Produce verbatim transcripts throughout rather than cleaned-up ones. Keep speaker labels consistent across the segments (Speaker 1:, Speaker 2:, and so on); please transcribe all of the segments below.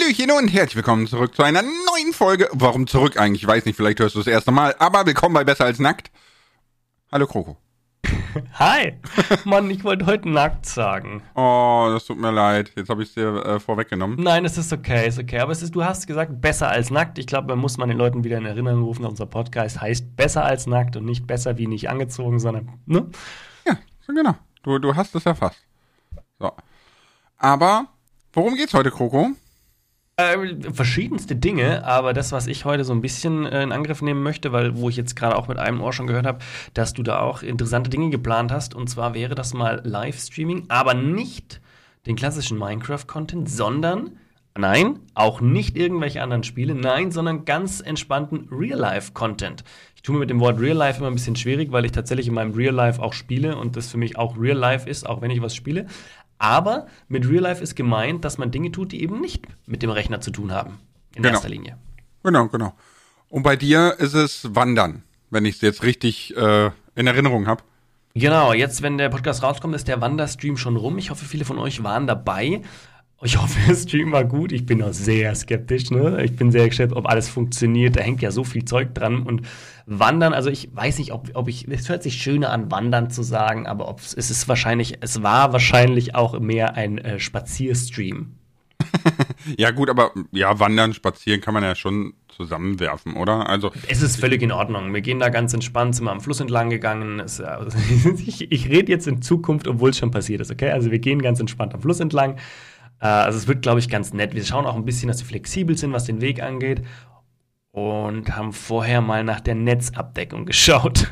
Speaker 1: Hallöchen und herzlich willkommen zurück zu einer neuen Folge. Warum zurück eigentlich? Ich weiß nicht, vielleicht hörst du das erste Mal, aber willkommen bei Besser als Nackt. Hallo Kroko.
Speaker 2: Hi! Mann, ich wollte heute nackt sagen.
Speaker 1: Oh, das tut mir leid. Jetzt habe ich es dir äh, vorweggenommen.
Speaker 2: Nein, es ist okay, ist okay. Aber es ist, du hast gesagt, besser als nackt. Ich glaube, man muss man den Leuten wieder in Erinnerung rufen. Unser Podcast heißt besser als nackt und nicht besser wie nicht angezogen, sondern, ne?
Speaker 1: Ja, genau. Du, du hast es erfasst. So. Aber, worum geht's heute, Kroko?
Speaker 2: Äh, verschiedenste Dinge, aber das, was ich heute so ein bisschen äh, in Angriff nehmen möchte, weil wo ich jetzt gerade auch mit einem Ohr schon gehört habe, dass du da auch interessante Dinge geplant hast, und zwar wäre das mal Livestreaming, aber nicht den klassischen Minecraft-Content, sondern, nein, auch nicht irgendwelche anderen Spiele, nein, sondern ganz entspannten Real-Life-Content. Ich tue mir mit dem Wort Real-Life immer ein bisschen schwierig, weil ich tatsächlich in meinem Real-Life auch spiele und das für mich auch Real-Life ist, auch wenn ich was spiele. Aber mit Real Life ist gemeint, dass man Dinge tut, die eben nicht mit dem Rechner zu tun haben. In
Speaker 1: genau.
Speaker 2: erster Linie.
Speaker 1: Genau, genau. Und bei dir ist es Wandern, wenn ich es jetzt richtig äh, in Erinnerung habe.
Speaker 2: Genau, jetzt, wenn der Podcast rauskommt, ist der Wanderstream schon rum. Ich hoffe, viele von euch waren dabei. Ich hoffe, der Stream war gut. Ich bin noch sehr skeptisch, ne? Ich bin sehr gespannt, ob alles funktioniert. Da hängt ja so viel Zeug dran. Und Wandern, also ich weiß nicht, ob, ob ich, es hört sich schöner an, Wandern zu sagen, aber ob es ist wahrscheinlich, es war wahrscheinlich auch mehr ein äh, Spazierstream.
Speaker 1: Ja gut, aber ja, Wandern, Spazieren kann man ja schon zusammenwerfen, oder? Also
Speaker 2: es ist völlig in Ordnung. Wir gehen da ganz entspannt, sind mal am Fluss entlang gegangen. Es, also, ich ich rede jetzt in Zukunft, obwohl es schon passiert ist, okay? Also wir gehen ganz entspannt am Fluss entlang. Also es wird, glaube ich, ganz nett. Wir schauen auch ein bisschen, dass wir flexibel sind, was den Weg angeht. Und haben vorher mal nach der Netzabdeckung geschaut.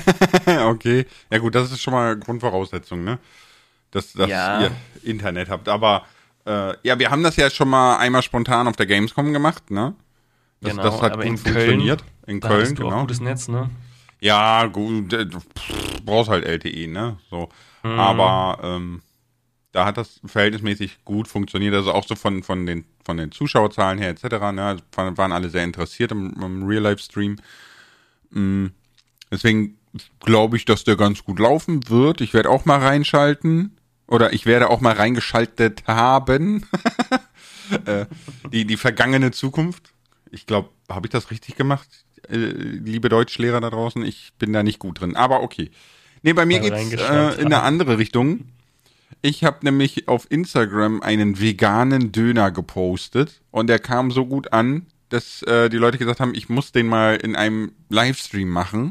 Speaker 1: Okay. Ja gut, das ist schon mal Grundvoraussetzung, ne? Dass, dass
Speaker 2: ja.
Speaker 1: ihr Internet habt. Aber äh, ja, wir haben das ja schon mal einmal spontan auf der Gamescom gemacht, ne? Das,
Speaker 2: genau,
Speaker 1: das hat
Speaker 2: aber
Speaker 1: gut
Speaker 2: in
Speaker 1: funktioniert.
Speaker 2: Köln,
Speaker 1: in
Speaker 2: da
Speaker 1: Köln,
Speaker 2: hast du
Speaker 1: genau.
Speaker 2: auch gutes Netz, ne?
Speaker 1: Ja, gut, du brauchst halt L T E, ne? So. Mhm. Aber ähm, da hat das verhältnismäßig gut funktioniert, also auch so von, von, den, von den Zuschauerzahlen her et cetera. Ne? Also waren alle sehr interessiert im, im Real-Life-Stream. Mhm. Deswegen glaube ich, dass der ganz gut laufen wird. Ich werde auch mal reinschalten. Oder ich werde auch mal reingeschaltet haben. äh, die, die vergangene Zukunft. Ich glaube, habe ich das richtig gemacht? Äh, liebe Deutschlehrer da draußen, ich bin da nicht gut drin. Aber okay. Nee, bei mir geht's äh, in eine andere Richtung. Ich habe nämlich auf Instagram einen veganen Döner gepostet und der kam so gut an, dass äh, die Leute gesagt haben, ich muss den mal in einem Livestream machen.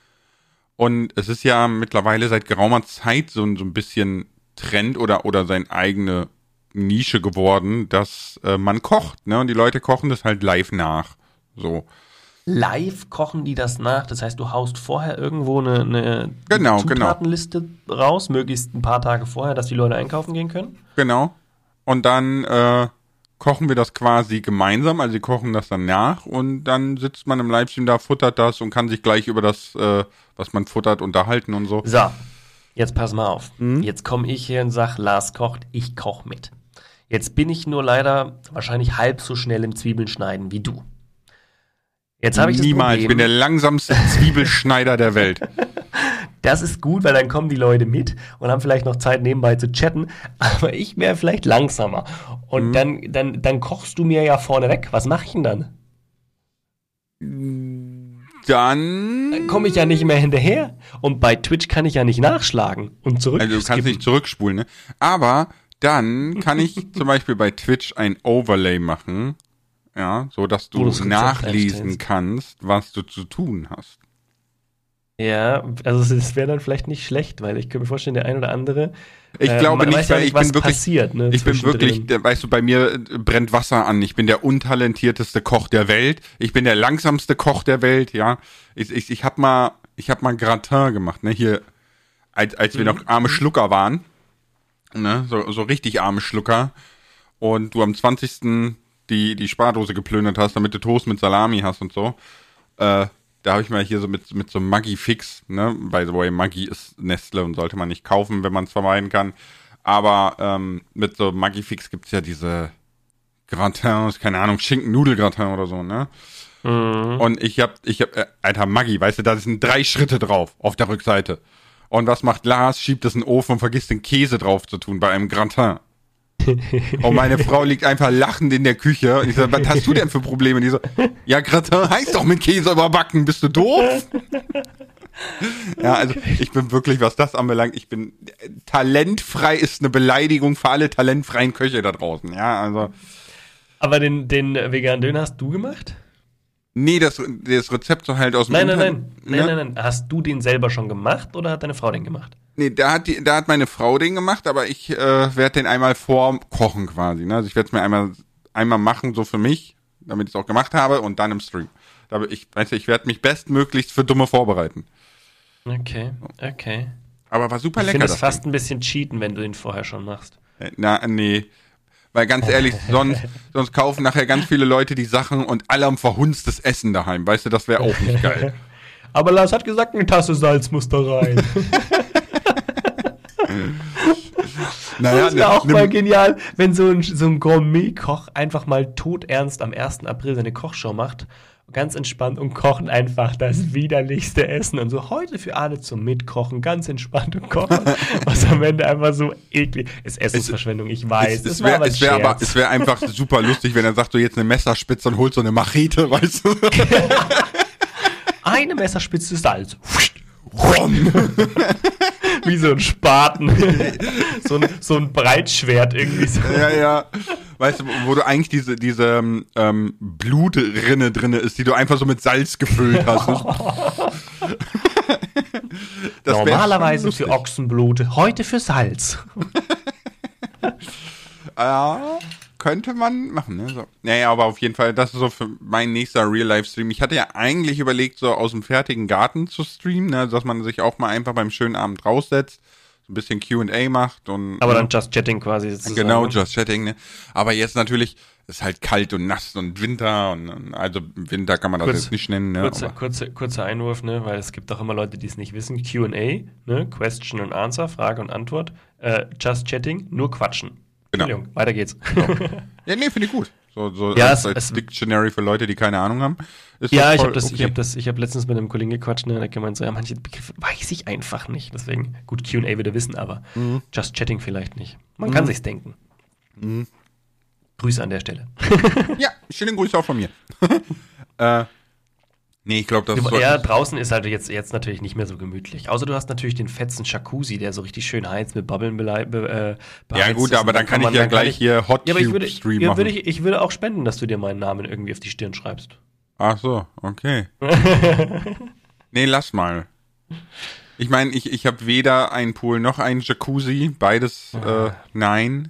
Speaker 1: Und es ist ja mittlerweile seit geraumer Zeit so, so ein bisschen Trend oder, oder seine eigene Nische geworden, dass äh, man kocht, ne? Und die Leute kochen das halt live nach. So.
Speaker 2: Live kochen die das nach? Das heißt, du haust vorher irgendwo eine, eine
Speaker 1: genau,
Speaker 2: Zutatenliste genau. raus, möglichst ein paar Tage vorher, dass die Leute einkaufen gehen können?
Speaker 1: Genau. Und dann äh, kochen wir das quasi gemeinsam, also sie kochen das dann nach und dann sitzt man im Livestream da, futtert das und kann sich gleich über das, äh, was man futtert, unterhalten und so.
Speaker 2: So, jetzt pass mal auf.
Speaker 1: Mhm.
Speaker 2: Jetzt komme ich hier und sag, Lars kocht, ich koch mit. Jetzt bin ich nur leider wahrscheinlich halb so schnell im Zwiebeln schneiden wie du. Jetzt habe ich das
Speaker 1: Niemals,
Speaker 2: Problem,
Speaker 1: ich bin der langsamste Zwiebelschneider der Welt.
Speaker 2: Das ist gut, weil dann kommen die Leute mit und haben vielleicht noch Zeit nebenbei zu chatten, aber ich wäre vielleicht langsamer. Und mhm. dann, dann, dann kochst du mir ja vorne weg. Was mache ich denn dann?
Speaker 1: Dann,
Speaker 2: dann komme ich ja nicht mehr hinterher. Und bei Twitch kann ich ja nicht nachschlagen und zurück.
Speaker 1: Also du kannst nicht zurückspulen, ne? Aber dann kann ich zum Beispiel bei Twitch ein Overlay machen. Ja, so dass du nachlesen kannst, was du zu tun hast.
Speaker 2: Ja, also es wäre dann vielleicht nicht schlecht, weil ich könnte mir vorstellen, der ein oder andere.
Speaker 1: Ich äh, glaube nicht, weil ich bin wirklich,
Speaker 2: passiert, ne,
Speaker 1: ich bin wirklich, der, weißt du, bei mir brennt Wasser an. Ich bin der untalentierteste Koch der Welt. Ich bin der langsamste Koch der Welt. Ja, ich, ich, ich hab mal, ich hab mal Gratin gemacht, ne, hier, als, als wir mhm. noch arme Schlucker waren, ne, so, so richtig arme Schlucker. Und du am zwanzigsten die die Spardose geplündert hast, damit du Toast mit Salami hast und so. Äh, da habe ich mal hier so mit mit so einem Maggi Fix, ne? By the way, Maggi ist Nestle und sollte man nicht kaufen, wenn man es vermeiden kann. Aber ähm, mit so Maggi Fix gibt's ja diese Gratins, keine Ahnung, Schinken-Nudelgratin oder so, ne? Mhm. Und ich hab, ich hab, äh, Alter, Maggi, weißt du, da sind drei Schritte drauf auf der Rückseite. Und was macht Lars? Schiebt es in den Ofen und vergisst den Käse drauf zu tun bei einem Gratin. Und meine Frau liegt einfach lachend in der Küche. Und ich sage, was hast du denn für Probleme? Und die so, ja, Gratin heißt doch mit Käse überbacken. Bist du doof? Ja, also ich bin wirklich, was das anbelangt, ich bin, talentfrei ist eine Beleidigung für alle talentfreien Köche da draußen. Ja, also.
Speaker 3: Aber den, den veganen Döner hast du gemacht?
Speaker 1: Nee, das, das Rezept so halt aus dem
Speaker 3: Nein, nein,
Speaker 1: Internet,
Speaker 3: nein, nein,
Speaker 1: ne?
Speaker 3: nein, nein. Hast du den selber schon gemacht oder hat deine Frau den gemacht?
Speaker 1: Nee, da hat, die, da hat meine Frau den gemacht, aber ich äh, werde den einmal vorkochen quasi. Ne? Also ich werde es mir einmal, einmal machen, so für mich, damit ich es auch gemacht habe und dann im Stream. Aber ich weiß, ich werde mich bestmöglichst für Dumme vorbereiten.
Speaker 3: Okay, okay.
Speaker 1: Aber war super
Speaker 3: Ich
Speaker 1: lecker.
Speaker 3: finde es
Speaker 1: das
Speaker 3: fast
Speaker 1: Ding.
Speaker 3: ein bisschen cheaten, wenn du ihn vorher schon machst.
Speaker 1: Äh, Na, nee. Weil ganz ehrlich, sonst, sonst kaufen nachher ganz viele Leute die Sachen und alle haben verhunztes Essen daheim. Weißt du, das wäre auch nicht geil.
Speaker 3: Aber Lars hat gesagt, eine Tasse Salz muss da rein.
Speaker 1: Naja,
Speaker 3: Das wäre
Speaker 1: ne,
Speaker 3: auch
Speaker 1: ne,
Speaker 3: mal genial, wenn so ein, so ein Gourmet-Koch einfach mal todernst am ersten April seine Kochshow macht. Ganz entspannt und kochen einfach das widerlichste Essen. Und so heute für alle zum Mitkochen, ganz entspannt und kochen. Was am Ende einfach so eklig ist. Essensverschwendung, ich weiß.
Speaker 1: Es,
Speaker 3: Das
Speaker 1: es
Speaker 3: war
Speaker 1: wäre
Speaker 3: aber ein
Speaker 1: es wär aber,
Speaker 3: Scherz.
Speaker 1: es wär einfach super lustig, wenn er sagt, so jetzt eine Messerspitze und holt so eine Machete, weißt du?
Speaker 3: Eine Messerspitze Salz.
Speaker 1: Rom.
Speaker 3: Wie so ein Spaten. so, ein, so ein Breitschwert irgendwie so.
Speaker 1: Ja, ja. Weißt du, wo du eigentlich diese, diese ähm, Blutrinne drinne ist, die du einfach so mit Salz gefüllt hast. Das wär
Speaker 3: Normalerweise
Speaker 1: schon
Speaker 3: für
Speaker 1: lustig.
Speaker 3: Ochsenblut, heute für Salz.
Speaker 1: Ja, könnte man machen, ne? So. Naja, aber auf jeden Fall, das ist so für mein nächster Real-Life-Stream. Ich hatte ja eigentlich überlegt, so aus dem fertigen Garten zu streamen, ne? Dass man sich auch mal einfach beim schönen Abend raussetzt, so ein bisschen Q and A macht und.
Speaker 3: Aber
Speaker 1: ne?
Speaker 3: dann Just Chatting quasi. sozusagen,
Speaker 1: Genau,
Speaker 3: ne?
Speaker 1: Just Chatting, ne? Aber jetzt natürlich ist halt kalt und nass und Winter und, und also Winter kann man das
Speaker 3: Kurz-
Speaker 1: jetzt nicht nennen, ne?
Speaker 3: Kurzer,
Speaker 1: Aber,
Speaker 3: kurzer, kurzer Einwurf, ne? Weil es gibt auch immer Leute, die es nicht wissen. Q and A, ne? Question and Answer, Frage und Antwort. Äh, Just Chatting, nur quatschen.
Speaker 1: Genau.
Speaker 3: Entschuldigung, weiter geht's.
Speaker 1: ja, nee, finde ich gut. So, so
Speaker 3: Ja,
Speaker 1: als,
Speaker 3: es-
Speaker 1: als
Speaker 3: es-
Speaker 1: Dictionary für Leute, die keine Ahnung haben. Ist
Speaker 3: Ja,
Speaker 1: das
Speaker 3: ich
Speaker 1: voll
Speaker 3: habe das, ich
Speaker 1: okay.
Speaker 3: habe das, ich habe letztens mit einem Kollegen gequatscht, ne, der hat gemeint so, ja, manche Begriffe weiß ich einfach nicht. Deswegen, gut, Q and A würde wissen, aber
Speaker 1: Mhm.
Speaker 3: Just Chatting vielleicht nicht. Man kann sich's denken.
Speaker 1: Mhm.
Speaker 3: Grüße an der Stelle.
Speaker 1: Ja, schönen Grüße auch von mir. äh, nee, ich glaube, das ist so.
Speaker 3: Ja, draußen ist halt jetzt, jetzt natürlich nicht mehr so gemütlich. Außer du hast natürlich den fetzen Jacuzzi, der so richtig schön heizt, mit Bubbeln belei- be, äh, beheizt
Speaker 1: Ja, gut,
Speaker 3: ist.
Speaker 1: aber
Speaker 3: Und
Speaker 1: dann kann ich
Speaker 3: man-
Speaker 1: ja
Speaker 3: dann
Speaker 1: gleich
Speaker 3: ich-
Speaker 1: hier Hot
Speaker 3: Ja, aber ich würde,
Speaker 1: Tube Stream
Speaker 3: ja,
Speaker 1: machen.
Speaker 3: würde ich, ich würde auch spenden, dass du dir meinen Namen irgendwie auf die Stirn schreibst.
Speaker 1: Ach so, okay. Nee, lass mal. Ich meine, ich, ich habe weder einen Pool noch einen Jacuzzi. Beides, äh, nein.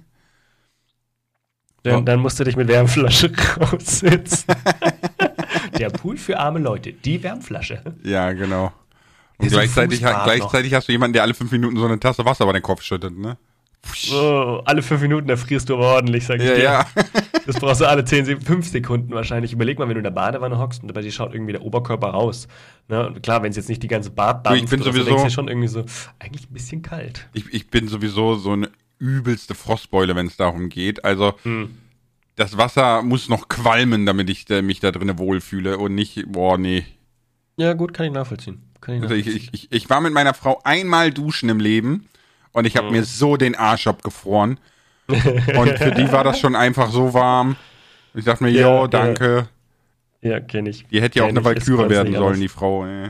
Speaker 3: Dann,
Speaker 1: Oh.
Speaker 3: dann musst du dich mit Wärmflasche raussitzen. Der Pool für arme Leute, die Wärmflasche.
Speaker 1: Ja, genau. Und
Speaker 3: Ist ein
Speaker 1: gleichzeitig,
Speaker 3: Fußbad
Speaker 1: gleichzeitig hast du jemanden, der alle fünf Minuten so eine Tasse Wasser über den Kopf schüttet, ne?
Speaker 3: Oh, alle fünf Minuten erfrierst du aber ordentlich, sag ich
Speaker 1: Ja,
Speaker 3: dir.
Speaker 1: ja.
Speaker 3: Das brauchst du alle zehn, fünf Sekunden wahrscheinlich. Überleg mal, wenn du in der Badewanne hockst und bei dir schaut irgendwie der Oberkörper raus. Ne? Und klar, wenn es jetzt nicht die ganze Bad
Speaker 1: Du, ich bin
Speaker 3: oder so,
Speaker 1: sowieso-
Speaker 3: denkst du dir schon irgendwie so, eigentlich ein bisschen kalt.
Speaker 1: Ich, ich bin sowieso so eine übelste Frostbeule, wenn es darum geht. Also,
Speaker 3: Hm.
Speaker 1: das Wasser muss noch qualmen, damit ich äh, mich da drinnen wohlfühle und nicht, boah, nee.
Speaker 3: Ja, gut, kann ich nachvollziehen. Kann ich
Speaker 1: Also ich,
Speaker 3: nachvollziehen.
Speaker 1: ich, ich, ich war mit meiner Frau einmal duschen im Leben und ich habe
Speaker 3: Mhm.
Speaker 1: mir so den Arsch abgefroren. Und für die war das schon einfach so warm. Ich dachte mir,
Speaker 3: Ja,
Speaker 1: jo,
Speaker 3: ja.
Speaker 1: danke.
Speaker 3: Ja, kenn ich.
Speaker 1: Die hätte ja auch
Speaker 3: Kenn
Speaker 1: eine
Speaker 3: ich, ist
Speaker 1: Walküre
Speaker 3: ganz
Speaker 1: werden
Speaker 3: nicht
Speaker 1: sollen,
Speaker 3: anders.
Speaker 1: die Frau. Ey.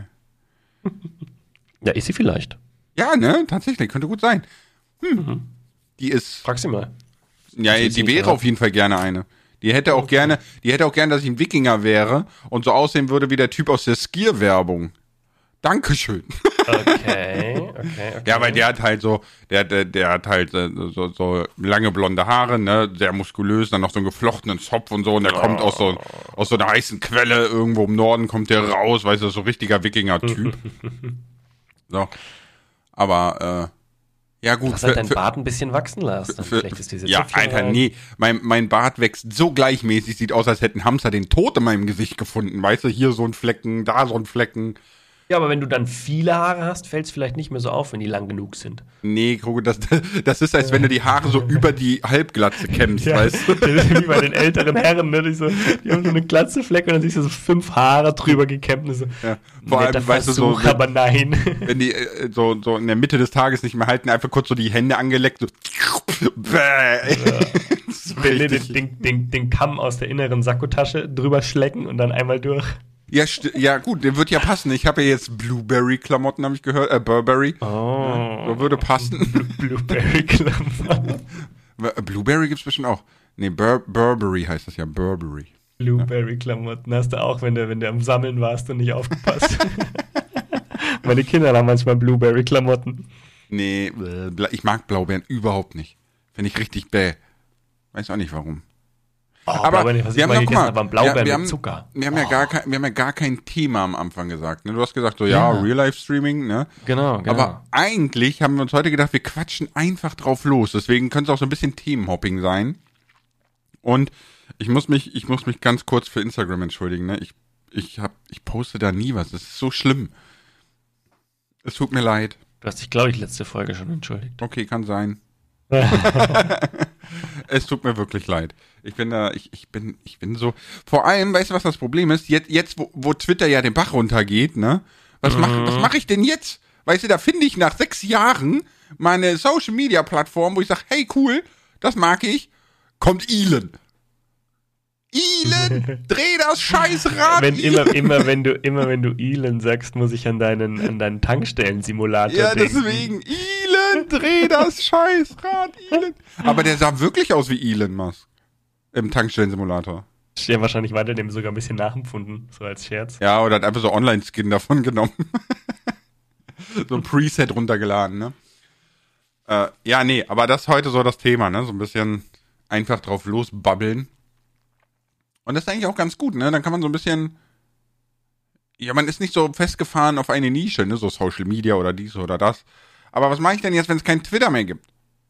Speaker 3: Ja, ist sie vielleicht.
Speaker 1: Ja, ne, tatsächlich, könnte gut sein. Hm.
Speaker 3: Mhm.
Speaker 1: Die ist,
Speaker 3: Frag sie mal.
Speaker 1: ja,
Speaker 3: sie ist
Speaker 1: die
Speaker 3: nicht
Speaker 1: wäre
Speaker 3: verraten.
Speaker 1: auf jeden Fall gerne eine. Die hätte auch gerne, die hätte auch gerne, dass ich ein Wikinger wäre und so aussehen würde wie der Typ aus der Skier-Werbung. Dankeschön.
Speaker 3: Okay, okay, okay.
Speaker 1: Ja, weil der hat halt so, der, der, der hat halt äh, so, so lange blonde Haare, ne, sehr muskulös, dann noch so einen geflochtenen Zopf und so und der kommt aus so, aus so einer heißen Quelle irgendwo im Norden kommt der raus, weißt du, so ein richtiger Wikinger-Typ. So. Aber, äh, ja gut.
Speaker 3: Du hast halt
Speaker 1: für-
Speaker 3: dein
Speaker 1: für-
Speaker 3: Bart ein bisschen wachsen lassen. Dann
Speaker 1: für,
Speaker 3: vielleicht ist diese
Speaker 1: ja,
Speaker 3: Zöpfchen
Speaker 1: Alter,
Speaker 3: rein.
Speaker 1: nee. Mein, mein Bart wächst so gleichmäßig, sieht aus, als hätte ein Hamster den Tod in meinem Gesicht gefunden. Weißt du, hier so ein Flecken, da so ein Flecken.
Speaker 2: Ja, aber wenn du dann viele Haare hast, fällt es vielleicht nicht mehr so auf, wenn die lang genug sind.
Speaker 1: Nee, Krogo, das, das ist, als wenn du die Haare so über die Halbglatze kämmst,
Speaker 2: Ja,
Speaker 1: weißt du?
Speaker 2: das ist wie bei den älteren Herren, ne? Die, so, die haben so eine Glatzefleck und dann siehst du so fünf Haare drüber gekämmt. Und so,
Speaker 1: Ja, vor allem,
Speaker 2: netter
Speaker 1: weißt du, so,
Speaker 2: Versuch, aber nein.
Speaker 1: wenn die äh, so, so in der Mitte des Tages nicht mehr halten, einfach kurz so die Hände angeleckt, so bäh. So
Speaker 2: Den,
Speaker 1: richtig.
Speaker 2: den, den, den, den Kamm aus der inneren Sakkotasche drüber schlecken und dann einmal durch.
Speaker 1: Ja, st- ja gut, der wird ja passen. Ich habe ja jetzt Blueberry-Klamotten, habe ich gehört, äh, Burberry.
Speaker 2: Oh.
Speaker 1: So würde passen.
Speaker 2: Blueberry-Klamotten.
Speaker 1: Blueberry gibt's bestimmt auch. Nee, Bur- Burberry heißt das ja, Burberry.
Speaker 2: Blueberry-Klamotten hast du auch, wenn du, wenn du am Sammeln warst und nicht aufgepasst. Meine Kinder haben manchmal Blueberry-Klamotten.
Speaker 1: Nee, äh, ich mag Blaubeeren überhaupt nicht. Finde ich richtig bäh. Weiß auch nicht warum.
Speaker 2: Oh,
Speaker 1: Aber
Speaker 2: Blaubeeren, was
Speaker 1: wir
Speaker 2: ich
Speaker 1: haben
Speaker 2: mal
Speaker 1: noch, guck
Speaker 2: gegessen
Speaker 1: mal,
Speaker 2: habe, waren Blaubeeren
Speaker 1: ja, wir
Speaker 2: mit
Speaker 1: haben,
Speaker 2: Zucker.
Speaker 1: Wir haben, ja
Speaker 2: Oh.
Speaker 1: gar kein, wir haben ja gar kein Thema am Anfang gesagt. Ne? Du hast gesagt so, ja,
Speaker 2: Ja.
Speaker 1: Real-Life-Streaming, ne?
Speaker 2: Genau, genau.
Speaker 1: Aber eigentlich haben wir uns heute gedacht, wir quatschen einfach drauf los. Deswegen könnte es auch so ein bisschen Themenhopping sein. Und ich muss mich, ich muss mich ganz kurz für Instagram entschuldigen. Ne? Ich, ich, hab, ich poste da nie was. Das ist so schlimm. Es tut mir leid.
Speaker 2: Du hast dich, glaube ich, letzte Folge schon entschuldigt.
Speaker 1: Okay, kann sein. Es tut mir wirklich leid. Ich bin da, ich, ich bin, ich bin so. Vor allem, weißt du, was das Problem ist? Jetzt, jetzt wo, wo Twitter ja den Bach runtergeht, ne? Was mach, was mach ich denn jetzt? Weißt du, da finde ich nach sechs Jahren meine Social Media Plattform, wo ich sage, hey cool, das mag ich, kommt Elon. Elon, dreh das Scheißrad.
Speaker 2: Wenn,
Speaker 1: Elon.
Speaker 2: immer, immer, wenn du, immer wenn du Elon sagst, muss ich an deinen, an deinen Tankstellen-Simulator
Speaker 1: Ja,
Speaker 2: denken.
Speaker 1: deswegen, Elon, dreh das Scheißrad, Elon. Aber der sah wirklich aus wie Elon Musk. Im Tankstellensimulator.
Speaker 2: Ja, wahrscheinlich war der dem sogar ein bisschen nachempfunden, so als Scherz.
Speaker 1: Ja, oder hat einfach so Online-Skin davon genommen. So ein Preset runtergeladen, ne? Äh, ja, nee, aber das ist heute so das Thema, ne? So ein bisschen einfach drauf losbabbeln. Und das ist eigentlich auch ganz gut, ne? Dann kann man so ein bisschen. Ja, man ist nicht so festgefahren auf eine Nische, ne? So Social Media oder dies oder das. Aber was mache ich denn jetzt, wenn es kein Twitter mehr gibt?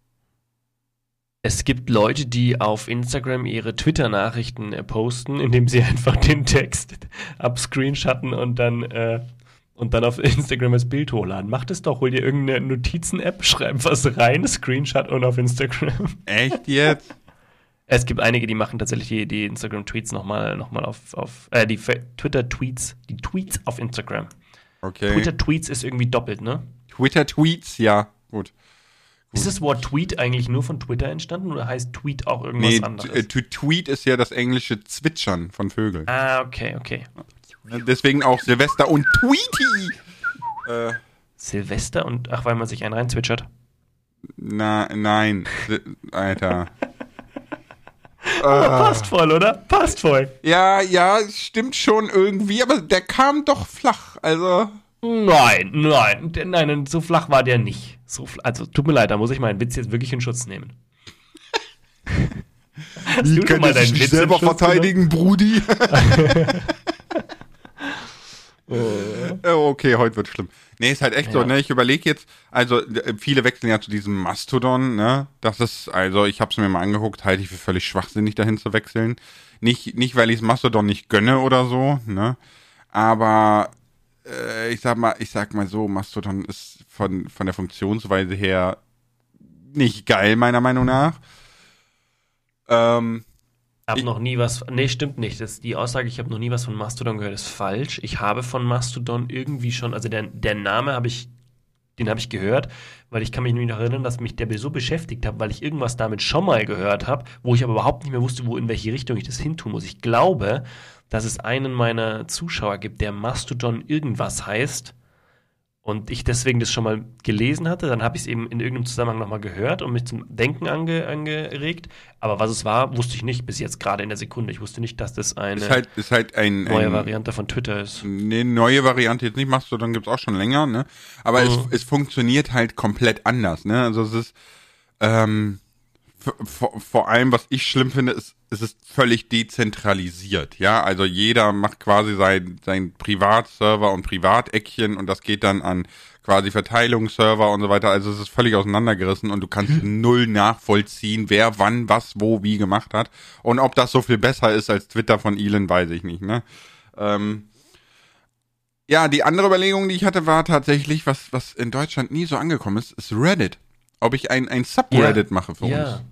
Speaker 2: Es gibt Leute, die auf Instagram ihre Twitter-Nachrichten äh, posten, indem sie einfach den Text abscreenshotten und dann, äh, und dann auf Instagram das Bild hochladen. Mach das doch, hol dir irgendeine Notizen-App, schreib was rein, Screenshot und auf Instagram.
Speaker 1: Echt jetzt?
Speaker 2: Es gibt einige, die machen tatsächlich die, die Instagram-Tweets nochmal noch mal auf, auf äh, die Fe- Twitter-Tweets, die Tweets auf Instagram.
Speaker 1: Okay.
Speaker 2: Twitter-Tweets ist irgendwie doppelt, ne?
Speaker 1: Twitter-Tweets, ja, gut.
Speaker 2: Ist das Wort Tweet eigentlich nur von Twitter entstanden oder heißt Tweet auch irgendwas
Speaker 1: Nee,
Speaker 2: anderes?
Speaker 1: t- äh, to tweet ist ja das englische Zwitschern von Vögeln.
Speaker 2: ah, okay, okay.
Speaker 1: Deswegen auch Silvester und Tweety. Äh,
Speaker 2: Silvester und, ach, weil man sich einen reinzwitschert.
Speaker 1: na, nein. Si- Alter.
Speaker 2: Aber passt voll, oder? Passt voll.
Speaker 1: Ja, ja, stimmt schon irgendwie, aber der kam doch flach. Also.
Speaker 2: Nein, nein, der- nein, nein, so flach war der nicht. So fl- also, tut mir leid, da muss ich meinen Witz jetzt wirklich in Schutz nehmen. Hast du schon mal deinen Witz in Schutz genommen?
Speaker 1: Brudi? Oh, okay, heute wird schlimm. Nee, ist halt echt
Speaker 2: Ja.
Speaker 1: so, ne? Ich überlege jetzt, also äh, viele wechseln ja zu diesem Mastodon, ne? Das ist, also ich hab's mir mal angeguckt, halte ich für völlig schwachsinnig, dahin zu wechseln. Nicht, nicht weil ich Mastodon nicht gönne oder so, ne? Aber äh, ich sag mal, ich sag mal so, Mastodon ist von, von der Funktionsweise her nicht geil, meiner Meinung nach. Ähm,
Speaker 2: Hab
Speaker 1: Ich-
Speaker 2: noch nie was. Nee, stimmt nicht. Das, die Aussage, ich habe noch nie was von Mastodon gehört, ist falsch. Ich habe von Mastodon irgendwie schon, also der, der Name habe ich, den habe ich gehört, weil ich kann mich nämlich noch erinnern, dass mich der so beschäftigt hat, weil ich irgendwas damit schon mal gehört habe, wo ich aber überhaupt nicht mehr wusste, wo in welche Richtung ich das hintun muss. Ich glaube, dass es einen meiner Zuschauer gibt, der Mastodon irgendwas heißt. Und ich deswegen das schon mal gelesen hatte, dann habe ich es eben in irgendeinem Zusammenhang nochmal gehört und mich zum Denken ange, angeregt. Aber was es war, wusste ich nicht bis jetzt gerade in der Sekunde. Ich wusste nicht, dass das eine
Speaker 1: ist halt, ist halt ein,
Speaker 2: neue
Speaker 1: ein
Speaker 2: Variante von Twitter ist.
Speaker 1: Ne, neue Variante jetzt nicht machst du, dann gibt's auch schon länger, ne? Aber
Speaker 2: Mhm.
Speaker 1: es, es funktioniert halt komplett anders, ne? Also es ist, ähm, v- vor, vor allem, was ich schlimm finde, ist, es ist völlig dezentralisiert, ja? Also jeder macht quasi sein, sein Privatserver und Privateckchen und das geht dann an quasi Verteilungsserver und so weiter. Also es ist völlig auseinandergerissen und du kannst null nachvollziehen, wer wann, was, wo, wie gemacht hat. Und ob das so viel besser ist als Twitter von Elon, weiß ich nicht, ne? Ähm, Ja, die andere Überlegung, die ich hatte, war tatsächlich, was, was in Deutschland nie so angekommen ist, ist Reddit. Ob ich ein, ein Subreddit
Speaker 2: Ja.
Speaker 1: mache für
Speaker 2: Ja.
Speaker 1: uns.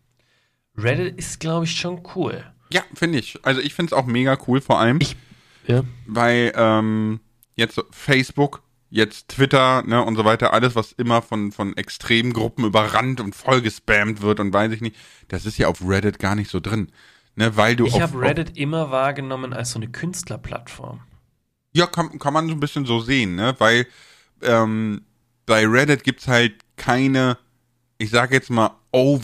Speaker 2: Reddit ist, glaube ich, schon cool.
Speaker 1: Ja, finde ich. Also ich finde es auch mega cool, vor allem,
Speaker 2: Ich- Ja.
Speaker 1: weil ähm, jetzt so Facebook, jetzt Twitter, ne, und so weiter, alles, was immer von, von extremen Gruppen überrannt und vollgespammt wird und weiß ich nicht, das ist ja auf Reddit gar nicht so drin. Ne, weil du
Speaker 2: Ich
Speaker 1: auf,
Speaker 2: habe Reddit immer wahrgenommen als so eine Künstlerplattform.
Speaker 1: Auf, ja, kann, kann man so ein bisschen so sehen, ne, weil ähm, bei Reddit gibt's halt keine, ich sage jetzt mal,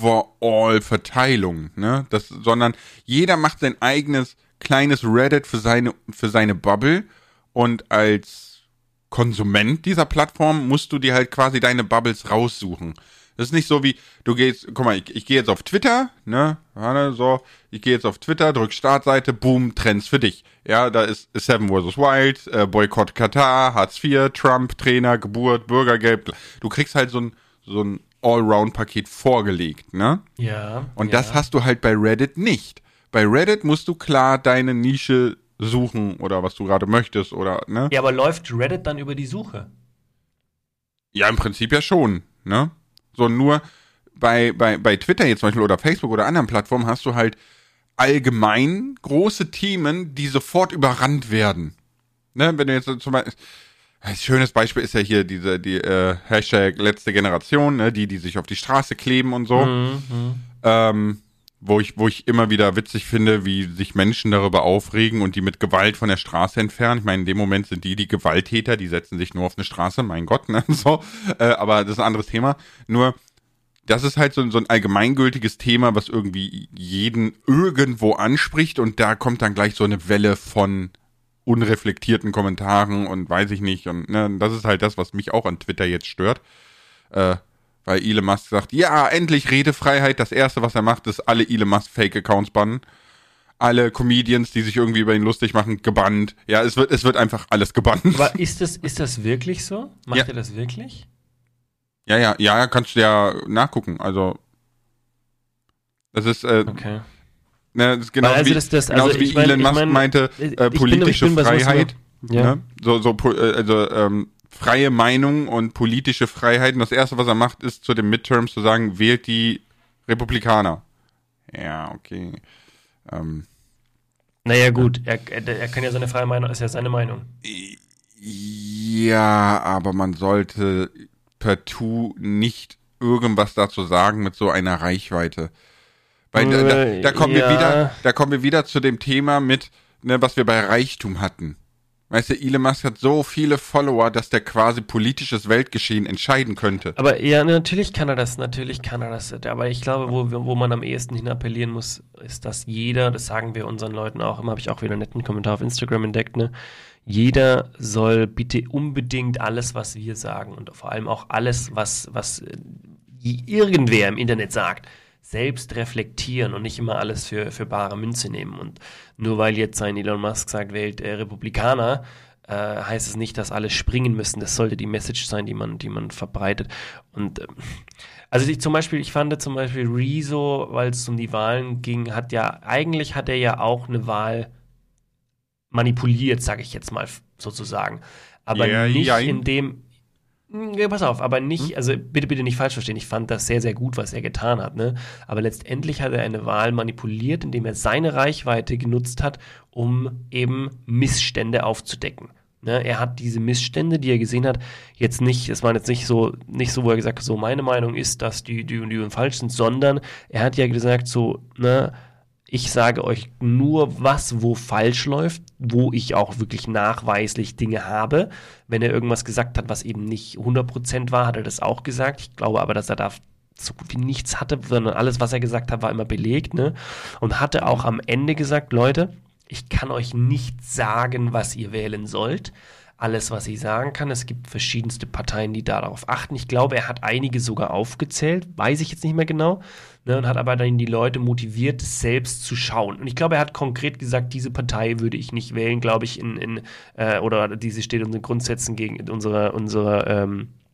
Speaker 1: Overall-Verteilung, ne, das, sondern jeder macht sein eigenes kleines Reddit für seine, für seine Bubble und als Konsument dieser Plattform musst du dir halt quasi deine Bubbles raussuchen. Das ist nicht so wie, du gehst, guck mal, ich, ich gehe jetzt auf Twitter, ne, warte, so, ich gehe jetzt auf Twitter, drück Startseite, boom, Trends für dich. Ja, da ist Seven versus Wild, äh, Boykott Katar, Hartz vier, Trump, Trainer, Geburt, Bürgergeld. Du kriegst halt so ein, so ein Allround-Paket vorgelegt, ne?
Speaker 2: Ja.
Speaker 1: Und
Speaker 2: ja.
Speaker 1: das hast du halt bei Reddit nicht. Bei Reddit musst du klar deine Nische suchen oder was du gerade möchtest oder, ne?
Speaker 2: Ja, aber läuft Reddit dann über die Suche?
Speaker 1: Ja, im Prinzip ja schon, ne? So, nur bei, bei, bei Twitter jetzt zum Beispiel oder Facebook oder anderen Plattformen hast du halt allgemein große Themen, die sofort überrannt werden. Ne? Wenn du jetzt zum Beispiel, ein schönes Beispiel ist ja hier diese, die, äh, Hashtag letzte Generation, ne? Die, die sich auf die Straße kleben und so.
Speaker 2: Mhm.
Speaker 1: Ähm, wo ich, wo ich immer wieder witzig finde, wie sich Menschen darüber aufregen und die mit Gewalt von der Straße entfernen. Ich meine, in dem Moment sind die die Gewalttäter, die setzen sich nur auf eine Straße, mein Gott, ne, so. Äh, aber das ist ein anderes Thema. Nur, das ist halt so, so ein allgemeingültiges Thema, was irgendwie jeden irgendwo anspricht und da kommt dann gleich so eine Welle von unreflektierten Kommentaren und weiß ich nicht. Und ne, das ist halt das, was mich auch an Twitter jetzt stört. Äh, Weil Elon Musk sagt, ja, endlich Redefreiheit. Das Erste, was er macht, ist alle Elon Musk Fake-Accounts bannen. Alle Comedians, die sich irgendwie über ihn lustig machen, gebannt. Ja, es wird, es wird einfach alles gebannt.
Speaker 2: Aber ist das, ist das wirklich so? Macht
Speaker 1: Ja.
Speaker 2: er das wirklich?
Speaker 1: Ja, ja, ja, kannst du ja nachgucken. Also, das ist, äh,
Speaker 2: Okay.
Speaker 1: ne, das ist genauso
Speaker 2: Weil also
Speaker 1: wie,
Speaker 2: das- das-
Speaker 1: genauso
Speaker 2: also
Speaker 1: wie
Speaker 2: ich mein-
Speaker 1: Elon
Speaker 2: ich
Speaker 1: Musk
Speaker 2: mein,
Speaker 1: meinte,
Speaker 2: ich
Speaker 1: äh,
Speaker 2: bin- ich
Speaker 1: politische
Speaker 2: bin bei sowas
Speaker 1: Freiheit.
Speaker 2: nur- ja.
Speaker 1: Ne? So, so, po- äh, also, ähm, freie Meinung und politische Freiheit. Und das Erste, was er macht, ist zu den Midterms zu sagen, wählt die Republikaner. Ja, okay. Ähm,
Speaker 2: Naja, gut, er, er, er kann ja seine freie Meinung, ist ja seine Meinung.
Speaker 1: ja, aber man sollte partout nicht irgendwas dazu sagen mit so einer Reichweite. Weil da, da, da kommen
Speaker 2: Ja.
Speaker 1: wir wieder, da kommen wir wieder zu dem Thema mit, ne, was wir bei Reichtum hatten. Weißt du, Elon Musk hat so viele Follower, dass der quasi politisches Weltgeschehen entscheiden könnte.
Speaker 2: Aber ja, natürlich kann er das, natürlich kann er das. Aber ich glaube, wo, wo man am ehesten hin appellieren muss, ist, dass jeder, das sagen wir unseren Leuten auch immer, habe ich auch wieder einen netten Kommentar auf Instagram entdeckt, ne? Jeder soll bitte unbedingt alles, was wir sagen und vor allem auch alles, was, was äh, irgendwer im Internet sagt, selbst reflektieren und nicht immer alles für, für bare Münze nehmen. Und nur weil jetzt ein Elon Musk sagt, wählt äh, Republikaner, äh, heißt es nicht, dass alle springen müssen. Das sollte die Message sein, die man, die man verbreitet. Und ähm, also ich zum Beispiel, ich fand zum Beispiel Rezo, weil es um die Wahlen ging, hat ja, eigentlich hat er ja auch eine Wahl manipuliert, sage ich jetzt mal sozusagen. Aber
Speaker 1: Ja,
Speaker 2: nicht
Speaker 1: ja.
Speaker 2: in dem. Ja, pass auf, aber nicht, also bitte, bitte nicht falsch verstehen, ich fand das sehr, sehr gut, was er getan hat, ne? Aber letztendlich hat er eine Wahl manipuliert, indem er seine Reichweite genutzt hat, um eben Missstände aufzudecken. Ne? Er hat diese Missstände, die er gesehen hat, jetzt nicht, es waren jetzt nicht so, nicht so, wo er gesagt hat, so meine Meinung ist, dass die, die und die und falsch sind, sondern er hat ja gesagt, so, ne, ich sage euch nur was, wo falsch läuft, wo ich auch wirklich nachweislich Dinge habe. Wenn er irgendwas gesagt hat, was eben nicht hundert Prozent war, hat er das auch gesagt. Ich glaube aber, dass er da so gut wie nichts hatte, sondern alles, was er gesagt hat, war immer belegt. Ne? Und hatte auch am Ende gesagt, Leute, ich kann euch nicht sagen, was ihr wählen sollt. Alles, was ich sagen kann, es gibt verschiedenste Parteien, die darauf achten. Ich glaube, er hat einige sogar aufgezählt, weiß ich jetzt nicht mehr genau, ne, und hat aber dann die Leute motiviert, es selbst zu schauen. Und ich glaube, er hat konkret gesagt, diese Partei würde ich nicht wählen, glaube ich, in, in äh, oder diese steht unseren Grundsätzen gegen unsere, unsere ähm,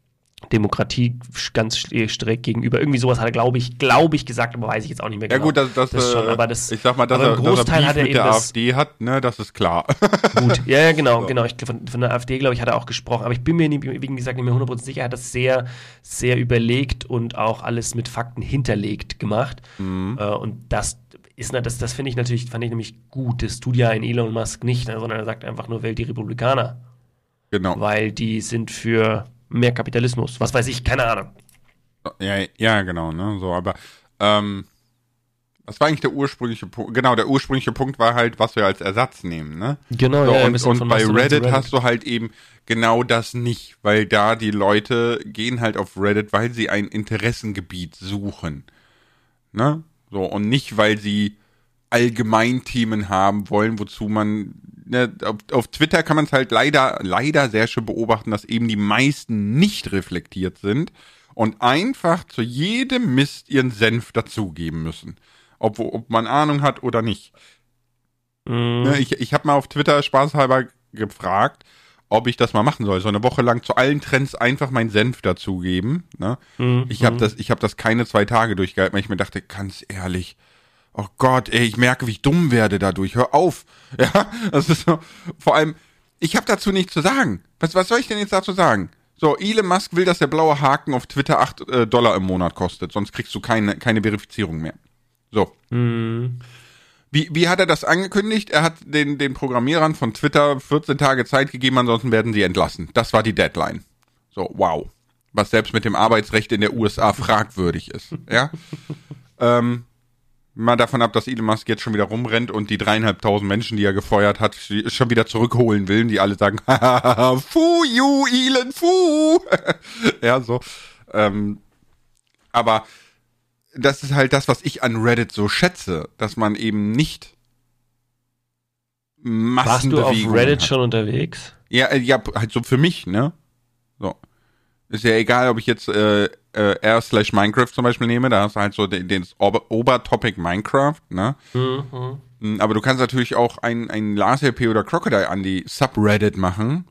Speaker 2: Demokratie ganz strikt gegenüber. Irgendwie sowas hat er, glaube ich, glaube ich, gesagt, aber weiß ich jetzt auch nicht mehr
Speaker 1: genau. Ja gut, das, das,
Speaker 2: das schon, aber das,
Speaker 1: ich sag mal, dass
Speaker 2: aber
Speaker 1: er,
Speaker 2: im Großteil
Speaker 1: dass er
Speaker 2: hat er
Speaker 1: mit
Speaker 2: eben
Speaker 1: der
Speaker 2: das,
Speaker 1: AfD hat, ne, das ist klar.
Speaker 2: Gut, ja, ja, genau,
Speaker 1: So.
Speaker 2: genau. Ich, von, von der AfD, glaube ich, hat er auch gesprochen. Aber ich bin mir, nie, wie gesagt, nicht mehr hundert Prozent sicher. Er hat das sehr, sehr überlegt und auch alles mit Fakten hinterlegt gemacht.
Speaker 1: Mhm.
Speaker 2: Äh, und das ist, das, das finde ich natürlich, fand ich nämlich gut. Das tut ja ein Elon Musk nicht, ne, sondern er sagt einfach nur, wählt die Republikaner.
Speaker 1: Genau.
Speaker 2: Weil die sind für mehr Kapitalismus. Was weiß ich, keine Ahnung.
Speaker 1: Ja, ja, genau, ne, so, aber, ähm, was war eigentlich der ursprüngliche Punkt? Genau, der ursprüngliche Punkt war halt, was wir als Ersatz nehmen, ne?
Speaker 2: Genau,
Speaker 1: so,
Speaker 2: ja,
Speaker 1: und, und bei
Speaker 2: Reddit,
Speaker 1: Reddit
Speaker 2: Reddit
Speaker 1: hast du halt eben genau das nicht, weil da die Leute gehen halt auf Reddit, weil sie ein Interessengebiet suchen, ne? So, und nicht, weil sie Allgemeinthemen haben wollen, wozu man, ne, auf, auf Twitter kann man es halt leider, leider sehr schön beobachten, dass eben die meisten nicht reflektiert sind und einfach zu jedem Mist ihren Senf dazugeben müssen. Ob, ob man Ahnung hat oder nicht.
Speaker 2: Mhm.
Speaker 1: Ne, ich ich habe mal auf Twitter spaßhalber gefragt, ob ich das mal machen soll. So eine Woche lang zu allen Trends einfach meinen Senf dazugeben. Ne?
Speaker 2: Mhm.
Speaker 1: Ich habe das, ich hab das keine zwei Tage durchgehalten, weil ich mir dachte, ganz ehrlich, oh Gott, ey, ich merke, wie ich dumm werde dadurch. Hör auf. Ja, das ist so. Vor allem, ich habe dazu nichts zu sagen. Was, was soll ich denn jetzt dazu sagen? So, Elon Musk will, dass der blaue Haken auf Twitter acht äh, Dollar im Monat kostet, sonst kriegst du keine, keine Verifizierung mehr. So.
Speaker 2: Mhm.
Speaker 1: Wie, wie hat er das angekündigt? Er hat den, den Programmierern von Twitter vierzehn Tage Zeit gegeben, ansonsten werden sie entlassen. Das war die Deadline. So, wow. Was selbst mit dem Arbeitsrecht in der U S A fragwürdig ist. Ja. ähm, mal davon ab, dass Elon Musk jetzt schon wieder rumrennt und die dreieinhalbtausend Menschen, die er gefeuert hat, schon wieder zurückholen will, die alle sagen, fu you, Elon, fu. Ja, so. Ähm, aber das ist halt das, was ich an Reddit so schätze, dass man eben nicht Massenbewegungen
Speaker 2: Warst du auf Reddit
Speaker 1: hat.
Speaker 2: schon unterwegs?
Speaker 1: Ja, äh, ja, halt so für mich, ne? So. Ist ja egal, ob ich jetzt äh, äh, R slash Minecraft zum Beispiel nehme, da hast du halt so den, den Ober- Obertopic Minecraft, ne?
Speaker 2: Mhm.
Speaker 1: Aber du kannst natürlich auch ein, ein Lars L P oder Crocodile an die Subreddit machen.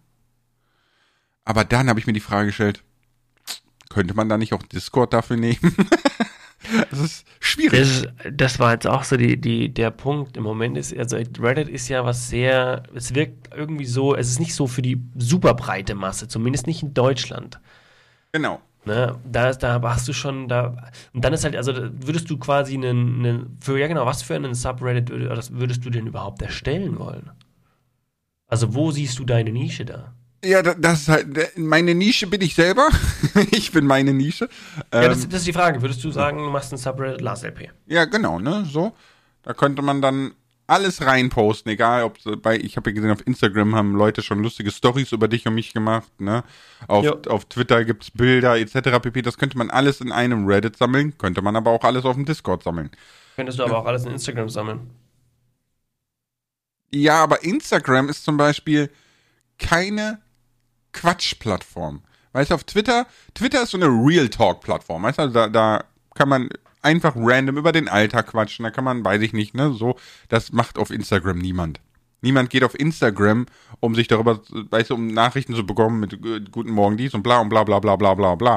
Speaker 1: Aber dann habe ich mir die Frage gestellt, könnte man da nicht auch Discord dafür nehmen? Das ist schwierig.
Speaker 2: Das, ist, das war jetzt auch so die, die, der Punkt. Im Moment ist, also Reddit ist ja was sehr, es wirkt irgendwie so, es ist nicht so für die super breite Masse, zumindest nicht in Deutschland.
Speaker 1: Genau.
Speaker 2: Ne? Da, ist, da hast du schon, da, und dann ist halt, also würdest du quasi einen, einen für, ja genau, was für einen Subreddit würdest, würdest du denn überhaupt erstellen wollen? Also wo siehst du deine Nische da?
Speaker 1: Ja, das ist halt, meine Nische bin ich selber. Ich bin meine Nische.
Speaker 2: Ja,
Speaker 1: Ähm,
Speaker 2: das, das ist die Frage. Würdest du sagen, du machst ein Subreddit Lars L P?
Speaker 1: ja, genau, ne, so. Da könnte man dann alles reinposten, egal ob bei, ich habe ja gesehen, auf Instagram haben Leute schon lustige Stories über dich und mich gemacht, ne. Auf,
Speaker 2: Ja.
Speaker 1: auf Twitter gibt's Bilder et cetera pp. Das könnte man alles in einem Reddit sammeln, könnte man aber auch alles auf dem Discord sammeln.
Speaker 2: Könntest du aber auch alles in Instagram sammeln.
Speaker 1: Ja, aber Instagram ist zum Beispiel keine Quatschplattform. Weißt du, auf Twitter, Twitter ist so eine Real-Talk-Plattform. Weißt du, also da, da kann man einfach random über den Alltag quatschen, da kann man, weiß ich nicht, ne, so, das macht auf Instagram niemand. Niemand geht auf Instagram, um sich darüber, weißt du, um Nachrichten zu bekommen mit äh, guten Morgen dies und bla und bla bla bla bla bla bla.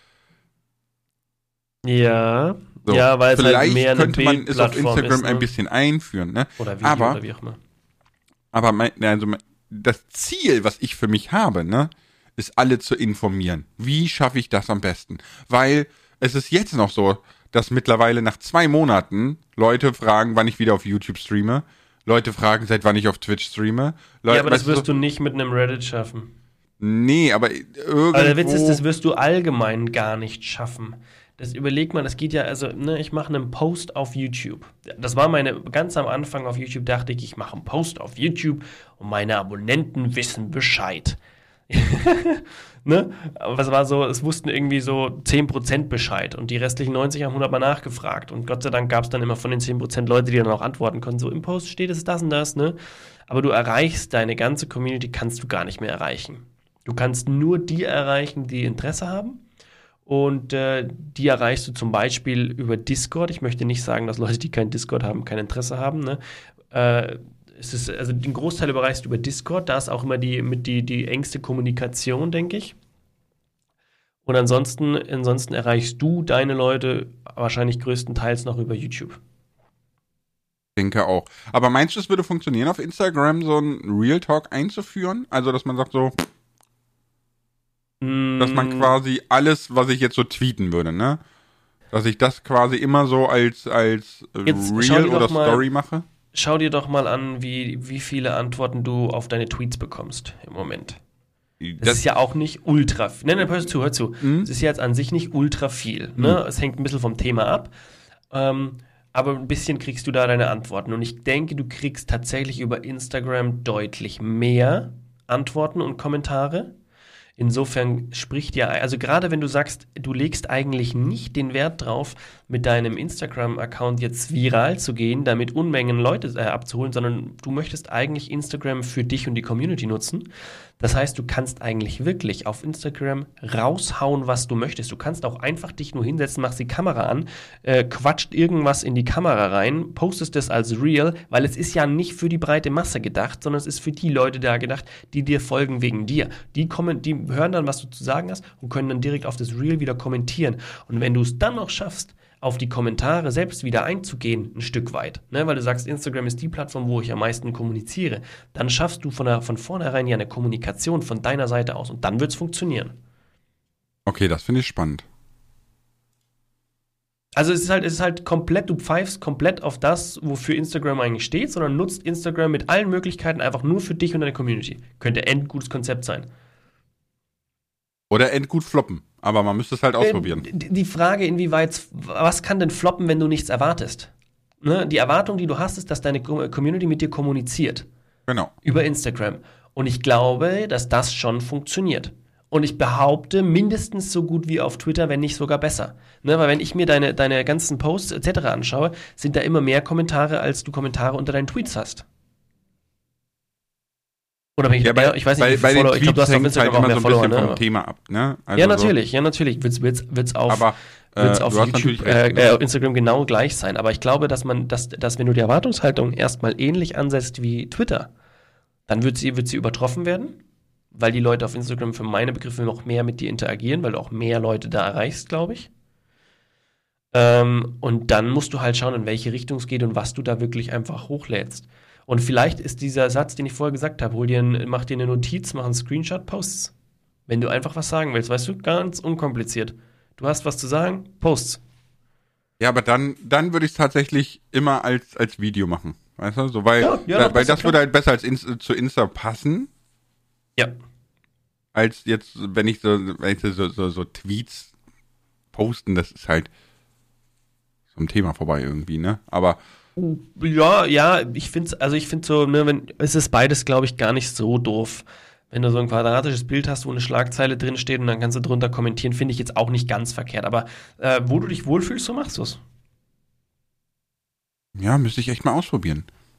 Speaker 2: Ja,
Speaker 1: So,
Speaker 2: ja, weil es
Speaker 1: vielleicht
Speaker 2: halt mehr eine
Speaker 1: könnte man es auf
Speaker 2: Bildplattform
Speaker 1: Instagram
Speaker 2: ist, ne?
Speaker 1: ein bisschen einführen, ne?
Speaker 2: Oder Video
Speaker 1: aber,
Speaker 2: oder wie auch immer.
Speaker 1: aber mein, also mein, das Ziel, was ich für mich habe, ne, ist alle zu informieren. Wie schaffe ich das am besten? Weil es ist jetzt noch so, dass mittlerweile nach zwei Monaten Leute fragen, wann ich wieder auf YouTube streame. Leute fragen, seit wann ich auf Twitch streame. Leute,
Speaker 2: Ja, aber das
Speaker 1: weißt du,
Speaker 2: wirst
Speaker 1: so,
Speaker 2: du nicht mit einem Reddit schaffen.
Speaker 1: nee, aber irgendwo.
Speaker 2: Aber der Witz ist, das wirst du allgemein gar nicht schaffen. Das überleg mal, das geht ja, also, ne, ich mache einen Post auf YouTube. Das war meine, ganz am Anfang auf YouTube dachte ich, ich mache einen Post auf YouTube und meine Abonnenten wissen Bescheid. Ne? Aber es war so, es wussten irgendwie so zehn Prozent Bescheid und die restlichen neunzig haben hundertmal nachgefragt. Und Gott sei Dank gab es dann immer von den zehn Prozent Leute, die dann auch antworten konnten. So, im Post steht es das und das, ne? Aber du erreichst deine ganze Community, kannst du gar nicht mehr erreichen. Du kannst nur die erreichen, die Interesse haben. Und äh, die erreichst du zum Beispiel über Discord. Ich möchte nicht sagen, dass Leute, die kein Discord haben, kein Interesse haben. Ne? Äh, es ist, also den Großteil erreichst du über Discord. Da ist auch immer die, mit die, die engste Kommunikation, denke ich. Und ansonsten, ansonsten erreichst du deine Leute wahrscheinlich größtenteils noch über YouTube.
Speaker 1: Denke auch. Aber meinst du, es würde funktionieren, auf Instagram so ein Real Talk einzuführen? Also, dass man sagt so, mm. dass man quasi alles, was ich jetzt so tweeten würde, ne? Dass ich das quasi immer so als, als Real oder mal, Story mache?
Speaker 2: Schau dir doch mal an, wie, wie viele Antworten du auf deine Tweets bekommst im Moment. Das, das ist ja auch nicht ultra viel. Nein, nein, hör zu, hör zu. Mhm. Das ist ja jetzt an sich nicht ultra viel. Ne? Mhm. Es hängt ein bisschen vom Thema ab. Ähm, aber ein bisschen kriegst du da deine Antworten. Und ich denke, du kriegst tatsächlich über Instagram deutlich mehr Antworten und Kommentare. Insofern spricht ja, also gerade wenn du sagst, du legst eigentlich nicht den Wert drauf, mit deinem Instagram-Account jetzt viral zu gehen, damit Unmengen Leute äh, abzuholen, sondern du möchtest eigentlich Instagram für dich und die Community nutzen. Das heißt, du kannst eigentlich wirklich auf Instagram raushauen, was du möchtest. Du kannst auch einfach dich nur hinsetzen, machst die Kamera an, äh, quatscht irgendwas in die Kamera rein, postest das als Reel, weil es ist ja nicht für die breite Masse gedacht, sondern es ist für die Leute da gedacht, die dir folgen wegen dir. Die kommen, die hören dann, was du zu sagen hast und können dann direkt auf das Reel wieder kommentieren. Und wenn du es dann noch schaffst, auf die Kommentare selbst wieder einzugehen, ein Stück weit, ne, weil du sagst, Instagram ist die Plattform, wo ich am meisten kommuniziere, dann schaffst du von, der, von vornherein ja eine Kommunikation von deiner Seite aus und dann wird es funktionieren.
Speaker 1: Okay, das finde ich spannend.
Speaker 2: Also es ist halt, es ist halt komplett, du pfeifst komplett auf das, wofür Instagram eigentlich steht, sondern nutzt Instagram mit allen Möglichkeiten einfach nur für dich und deine Community. Könnte ein gutes Konzept sein.
Speaker 1: Oder endgut floppen. Aber man müsste es halt ausprobieren.
Speaker 2: Die Frage, inwieweit, was kann denn floppen, wenn du nichts erwartest? Ne? Die Erwartung, die du hast, ist, dass deine Community mit dir kommuniziert.
Speaker 1: Genau.
Speaker 2: Über Instagram. Und ich glaube, dass das schon funktioniert. Und ich behaupte, mindestens so gut wie auf Twitter, wenn nicht sogar besser. Ne? Weil wenn ich mir deine, deine ganzen Posts et cetera anschaue, sind da immer mehr Kommentare, als du Kommentare unter deinen Tweets hast. Oder bin ich,
Speaker 1: ja, bei,
Speaker 2: ja, ich weiß nicht,
Speaker 1: bei,
Speaker 2: wie viele Follower, ich glaube, du hast auf Instagram
Speaker 1: halt
Speaker 2: auch mehr
Speaker 1: so
Speaker 2: Follower, ne?
Speaker 1: Vom Thema ab, ne? Also
Speaker 2: ja, natürlich, so. ja, natürlich. Wird's, wird's, wird's auf,
Speaker 1: aber, äh,
Speaker 2: wird's auf YouTube, äh, äh, Instagram genau gleich sein. Aber ich glaube, dass man, dass, dass wenn du die Erwartungshaltung erstmal ähnlich ansetzt wie Twitter, dann wird sie, wird sie übertroffen werden, weil die Leute auf Instagram für meine Begriffe noch mehr mit dir interagieren, weil du auch mehr Leute da erreichst, glaube ich. Ähm, und dann musst du halt schauen, in welche Richtung es geht und was du da wirklich einfach hochlädst. Und vielleicht ist dieser Satz, den ich vorher gesagt habe, hol dir ein, mach dir eine Notiz, mach einen Screenshot, post's. Wenn du einfach was sagen willst, weißt du, ganz unkompliziert. Du hast was zu sagen, post's.
Speaker 1: Ja, aber dann, dann würde ich es tatsächlich immer als, als Video machen. Weißt du? So, weil
Speaker 2: ja, ja,
Speaker 1: da, weil das klar. würde halt besser als Insta, zu Insta passen.
Speaker 2: Ja.
Speaker 1: Als jetzt, wenn ich so, wenn ich so, so, so Tweets posten, das ist halt so ein Thema vorbei irgendwie, ne? Aber
Speaker 2: ja, ja, ich finde also ich finde so, ne, wenn, es ist beides, glaube ich, gar nicht so doof. Wenn du so ein quadratisches Bild hast, wo eine Schlagzeile drin steht und dann kannst du drunter kommentieren, finde ich jetzt auch nicht ganz verkehrt. Aber äh, wo du dich wohlfühlst, so machst du es.
Speaker 1: Ja, müsste ich echt mal ausprobieren.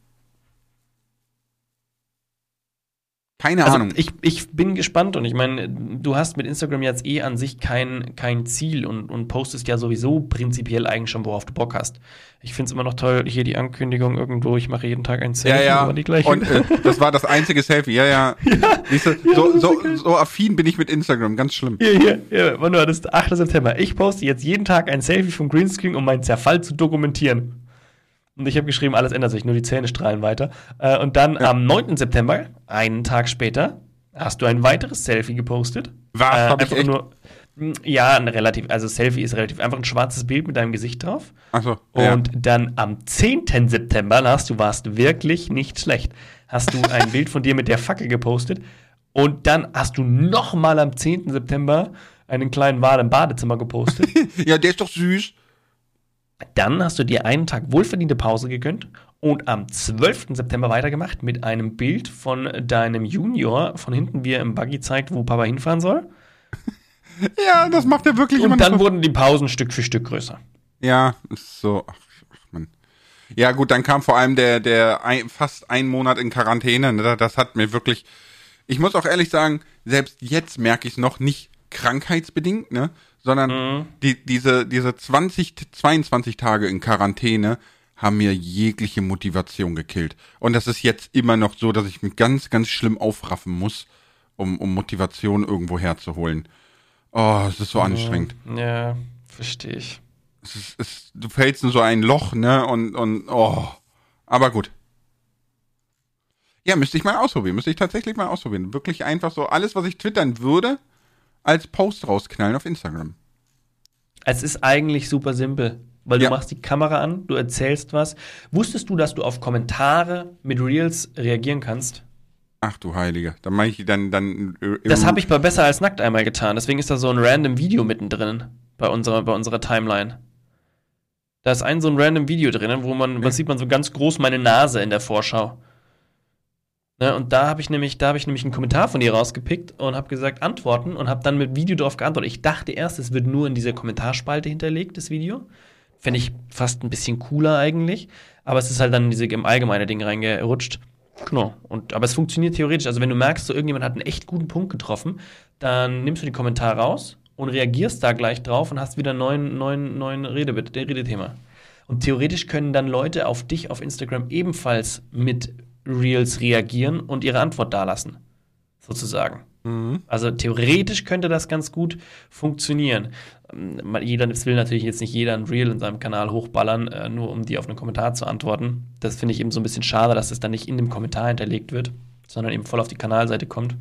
Speaker 1: Keine
Speaker 2: also
Speaker 1: Ahnung.
Speaker 2: Ich, ich bin gespannt und ich meine, du hast mit Instagram jetzt eh an sich kein, kein Ziel und, und postest ja sowieso prinzipiell eigentlich schon, worauf du Bock hast. Ich finde es immer noch toll, hier die Ankündigung irgendwo, ich mache jeden Tag ein Selfie.
Speaker 1: Ja, ja, die gleiche. Und äh, das war das einzige Selfie, ja, ja. ja, Siehst du, ja so, so, so affin bin ich mit Instagram, ganz schlimm.
Speaker 2: Hier, hier, hier, wann war das? achter September. Ich poste jetzt jeden Tag ein Selfie vom Greenscreen, um meinen Zerfall zu dokumentieren. Und ich habe geschrieben, alles ändert sich, nur die Zähne strahlen weiter. Äh, und dann ja. am neunten September, einen Tag später, hast du ein weiteres Selfie gepostet.
Speaker 1: Was?
Speaker 2: Äh,
Speaker 1: hab ich echt?
Speaker 2: Nur, ja, ein relativ, also Selfie ist relativ einfach ein schwarzes Bild mit deinem Gesicht drauf.
Speaker 1: Ach so.
Speaker 2: Und
Speaker 1: ja.
Speaker 2: dann am zehnten September, Lars, du warst wirklich nicht schlecht, hast du ein Bild von dir mit der Fackel gepostet. Und dann hast du nochmal am zehnten September einen kleinen Wal im Badezimmer gepostet.
Speaker 1: Ja, der ist doch süß.
Speaker 2: Dann hast du dir einen Tag wohlverdiente Pause gegönnt und am zwölften September weitergemacht mit einem Bild von deinem Junior von hinten, wie er im Buggy zeigt, wo Papa hinfahren soll.
Speaker 1: Ja, das macht er wirklich
Speaker 2: und
Speaker 1: immer.
Speaker 2: Und dann so. Wurden die Pausen Stück für Stück größer.
Speaker 1: Ja, ist so. Ach, Mann. Ja, gut, dann kam vor allem der, der ein, fast ein Monat in Quarantäne. Ne? Das hat mir wirklich. Ich muss auch ehrlich sagen, selbst jetzt merke ich es noch nicht krankheitsbedingt, ne? Sondern mhm. die, diese, diese zwanzig, zweiundzwanzig Tage in Quarantäne haben mir jegliche Motivation gekillt. Und das ist jetzt immer noch so, dass ich mich ganz, ganz schlimm aufraffen muss, um, um Motivation irgendwo herzuholen. Oh, es ist so anstrengend.
Speaker 2: Ja, verstehe ich.
Speaker 1: Es ist, es, du fällst in so ein Loch, ne? Und, und, oh. Aber gut. Ja, müsste ich mal ausprobieren. Müsste ich tatsächlich mal ausprobieren. Wirklich einfach so alles, was ich twittern würde, als Post rausknallen auf Instagram.
Speaker 2: Es ist eigentlich super simpel, weil
Speaker 1: Ja.
Speaker 2: du machst die Kamera an, du erzählst was. Wusstest du, dass du auf Kommentare mit Reels reagieren kannst?
Speaker 1: Ach du Heilige. Dann mache ich dann, dann. Äh,
Speaker 2: Das habe ich bei Besser als Nackt einmal getan. Deswegen ist da so ein random Video mittendrin bei unserer, bei unserer Timeline. Da ist ein so ein random Video drin, wo man, was sieht man so ganz groß meine Nase in der Vorschau. Ne, und da habe ich nämlich, da habe ich nämlich einen Kommentar von ihr rausgepickt und habe gesagt, antworten und habe dann mit Video drauf geantwortet. Ich dachte erst, es wird nur in dieser Kommentarspalte hinterlegt, das Video. Fände ich fast ein bisschen cooler eigentlich. Aber es ist halt dann in diese im allgemeine Ding reingerutscht. Genau. Und, aber es funktioniert theoretisch. Also wenn du merkst, so irgendjemand hat einen echt guten Punkt getroffen, dann nimmst du die Kommentare raus und reagierst da gleich drauf und hast wieder ein neuen, neuen, neuen Rede, Redethema. Und theoretisch können dann Leute auf dich auf Instagram ebenfalls mit Reels reagieren und ihre Antwort dalassen. Sozusagen.
Speaker 1: Mhm.
Speaker 2: Also theoretisch könnte das ganz gut funktionieren. Ähm, Jeder, es will natürlich jetzt nicht jeder ein Reel in seinem Kanal hochballern, äh, nur um die auf einen Kommentar zu antworten. Das finde ich eben so ein bisschen schade, dass das dann nicht in dem Kommentar hinterlegt wird, sondern eben voll auf die Kanalseite kommt.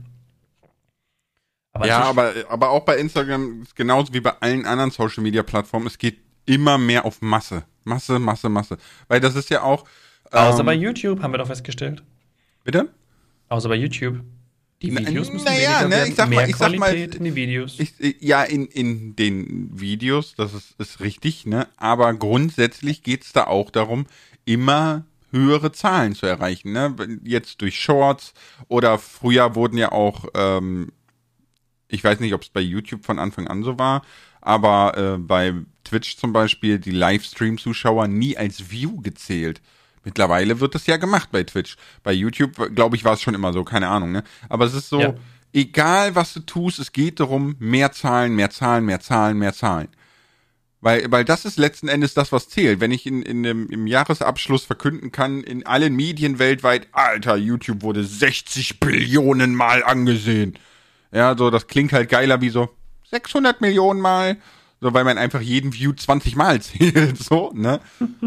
Speaker 2: Aber
Speaker 1: Ja,
Speaker 2: an sich-
Speaker 1: aber, aber auch bei Instagram ist genauso wie bei allen anderen Social Media Plattformen, es geht immer mehr auf Masse. Masse, Masse, Masse. Weil das ist ja auch.
Speaker 2: Außer
Speaker 1: ähm,
Speaker 2: bei YouTube, haben wir doch festgestellt.
Speaker 1: Bitte?
Speaker 2: Außer bei YouTube. Die
Speaker 1: Na-
Speaker 2: Videos müssen
Speaker 1: naja,
Speaker 2: weniger
Speaker 1: ne,
Speaker 2: werden,
Speaker 1: ich sag mal-
Speaker 2: mehr
Speaker 1: ich sag mal,
Speaker 2: Qualität in die Videos.
Speaker 1: Ich, ich- ja, in, in den Videos, das ist, ist richtig, ne? Aber grundsätzlich geht's da auch darum, immer höhere Zahlen zu erreichen, ne? Jetzt durch Shorts oder früher wurden ja auch, ähm, ich weiß nicht, ob es bei YouTube von Anfang an so war, aber äh, bei Twitch zum Beispiel die Livestream-Zuschauer nie als View gezählt. Mittlerweile wird das ja gemacht bei Twitch. Bei YouTube, glaube ich, war es schon immer so, keine Ahnung, ne? Aber es ist so,
Speaker 2: Ja.
Speaker 1: egal was du tust, es geht darum, mehr Zahlen, mehr Zahlen, mehr Zahlen, mehr Zahlen. Weil, weil das ist letzten Endes das, was zählt. Wenn ich in, in dem, im Jahresabschluss verkünden kann, in allen Medien weltweit, Alter, YouTube wurde sechzig Billionen Mal angesehen. Ja, so, das klingt halt geiler wie so sechshundert Millionen Mal. So, weil man einfach jeden View zwanzig Mal zählt, so, ne?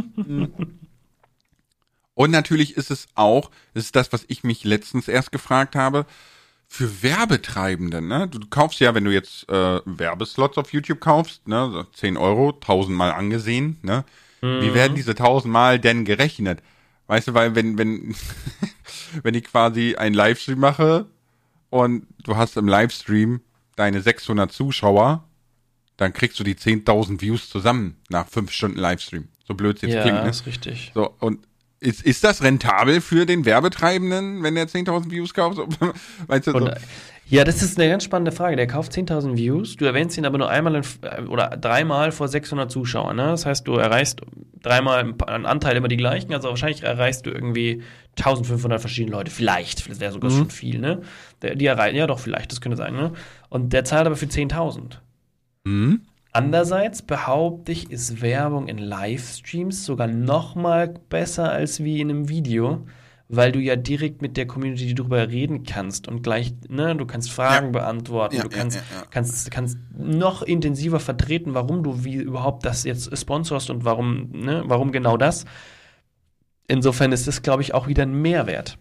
Speaker 1: Und natürlich ist es auch, das ist das, was ich mich letztens erst gefragt habe, für Werbetreibende, ne? Du kaufst ja, wenn du jetzt äh, Werbeslots auf YouTube kaufst, ne, so zehn Euro, tausendmal angesehen, ne? Mhm. Wie werden diese tausendmal denn gerechnet? Weißt du, weil wenn, wenn, wenn ich quasi einen Livestream mache und du hast im Livestream deine sechshundert Zuschauer, dann kriegst du die zehntausend Views zusammen nach fünf Stunden Livestream. So blöd es jetzt
Speaker 2: Ja,
Speaker 1: klingt, ne?
Speaker 2: ist richtig.
Speaker 1: So, und Ist, ist das rentabel für den Werbetreibenden, wenn der zehntausend Views kauft? Weißt du, so?
Speaker 2: Und, ja, das ist eine ganz spannende Frage. Der kauft zehntausend Views, du erwähnst ihn aber nur einmal in, oder dreimal vor sechshundert Zuschauern. Ne? Das heißt, du erreichst dreimal einen Anteil immer die gleichen. Also wahrscheinlich erreichst du irgendwie eintausendfünfhundert verschiedene Leute. Vielleicht, das wäre sogar mhm. schon viel. Ne? Die erreichen, ja doch, vielleicht, das könnte sein. Ne? Und der zahlt aber für zehntausend.
Speaker 1: Mhm.
Speaker 2: Andererseits behaupte ich, ist Werbung in Livestreams sogar noch mal besser als wie in einem Video, weil du ja direkt mit der Community darüber reden kannst und gleich, ne, du kannst Fragen ja. beantworten,
Speaker 1: ja,
Speaker 2: du kannst,
Speaker 1: ja, ja, ja.
Speaker 2: kannst, kannst noch intensiver vertreten, warum du wie überhaupt das jetzt sponsorst und warum, ne, warum genau das. Insofern ist das, glaube ich, auch wieder ein Mehrwert.